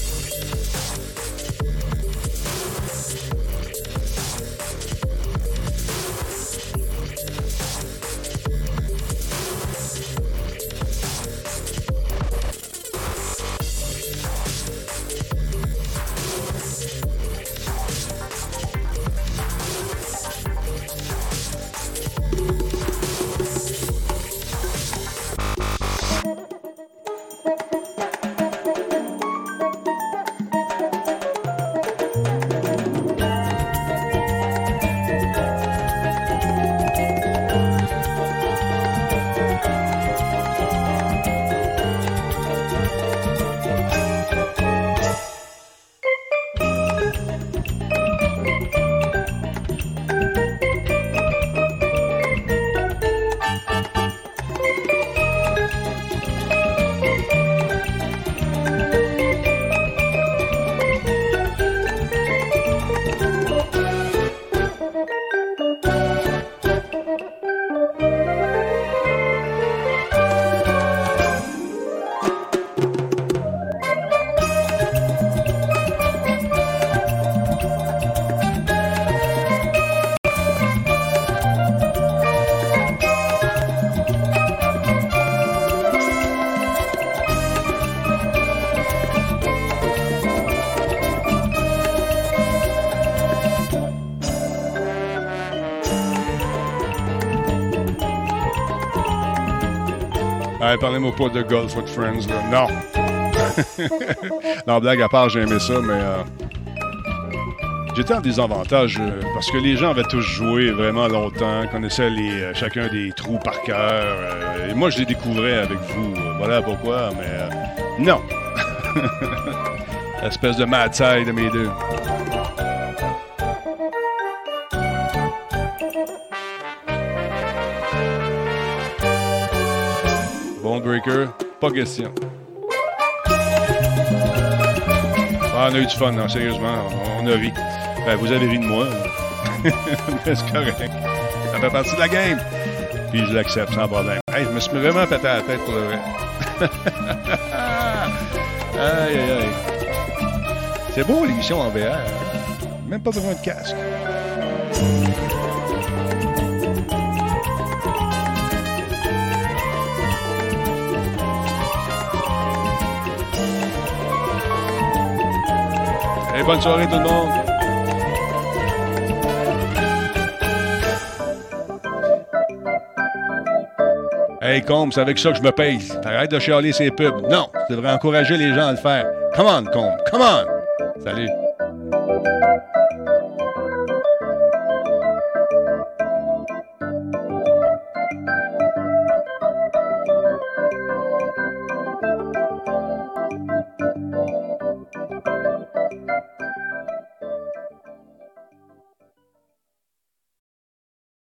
Hey, parlez-moi pas de Golf with Friends, là. Non. Non, blague à part, j'ai aimé ça, mais... Euh, j'étais en désavantage euh, parce que les gens avaient tous joué vraiment longtemps, connaissaient les, euh, chacun des trous par cœur. Euh, et moi, je les découvrais avec vous. Euh, voilà pourquoi, mais... Euh, non. Espèce de mad side de mes deux. Breaker, pas question. Ah, on a eu du fun, non, sérieusement, on, on a ri. Ben, vous avez ri de moi. Mais c'est correct. Ça fait partie de la game. Puis je l'accepte sans problème. Hey, je me suis vraiment pété à la tête pour le vrai. Aïe, aïe, aïe. C'est beau l'émission en V R. Hein? Même pas besoin de casque. Hey, bonne soirée tout le monde. Hey, Combe, c'est avec ça que je me paye. Arrête de chialer ces pubs. Non, tu devrais encourager les gens à le faire. Come on, Combe. Come on. Salut.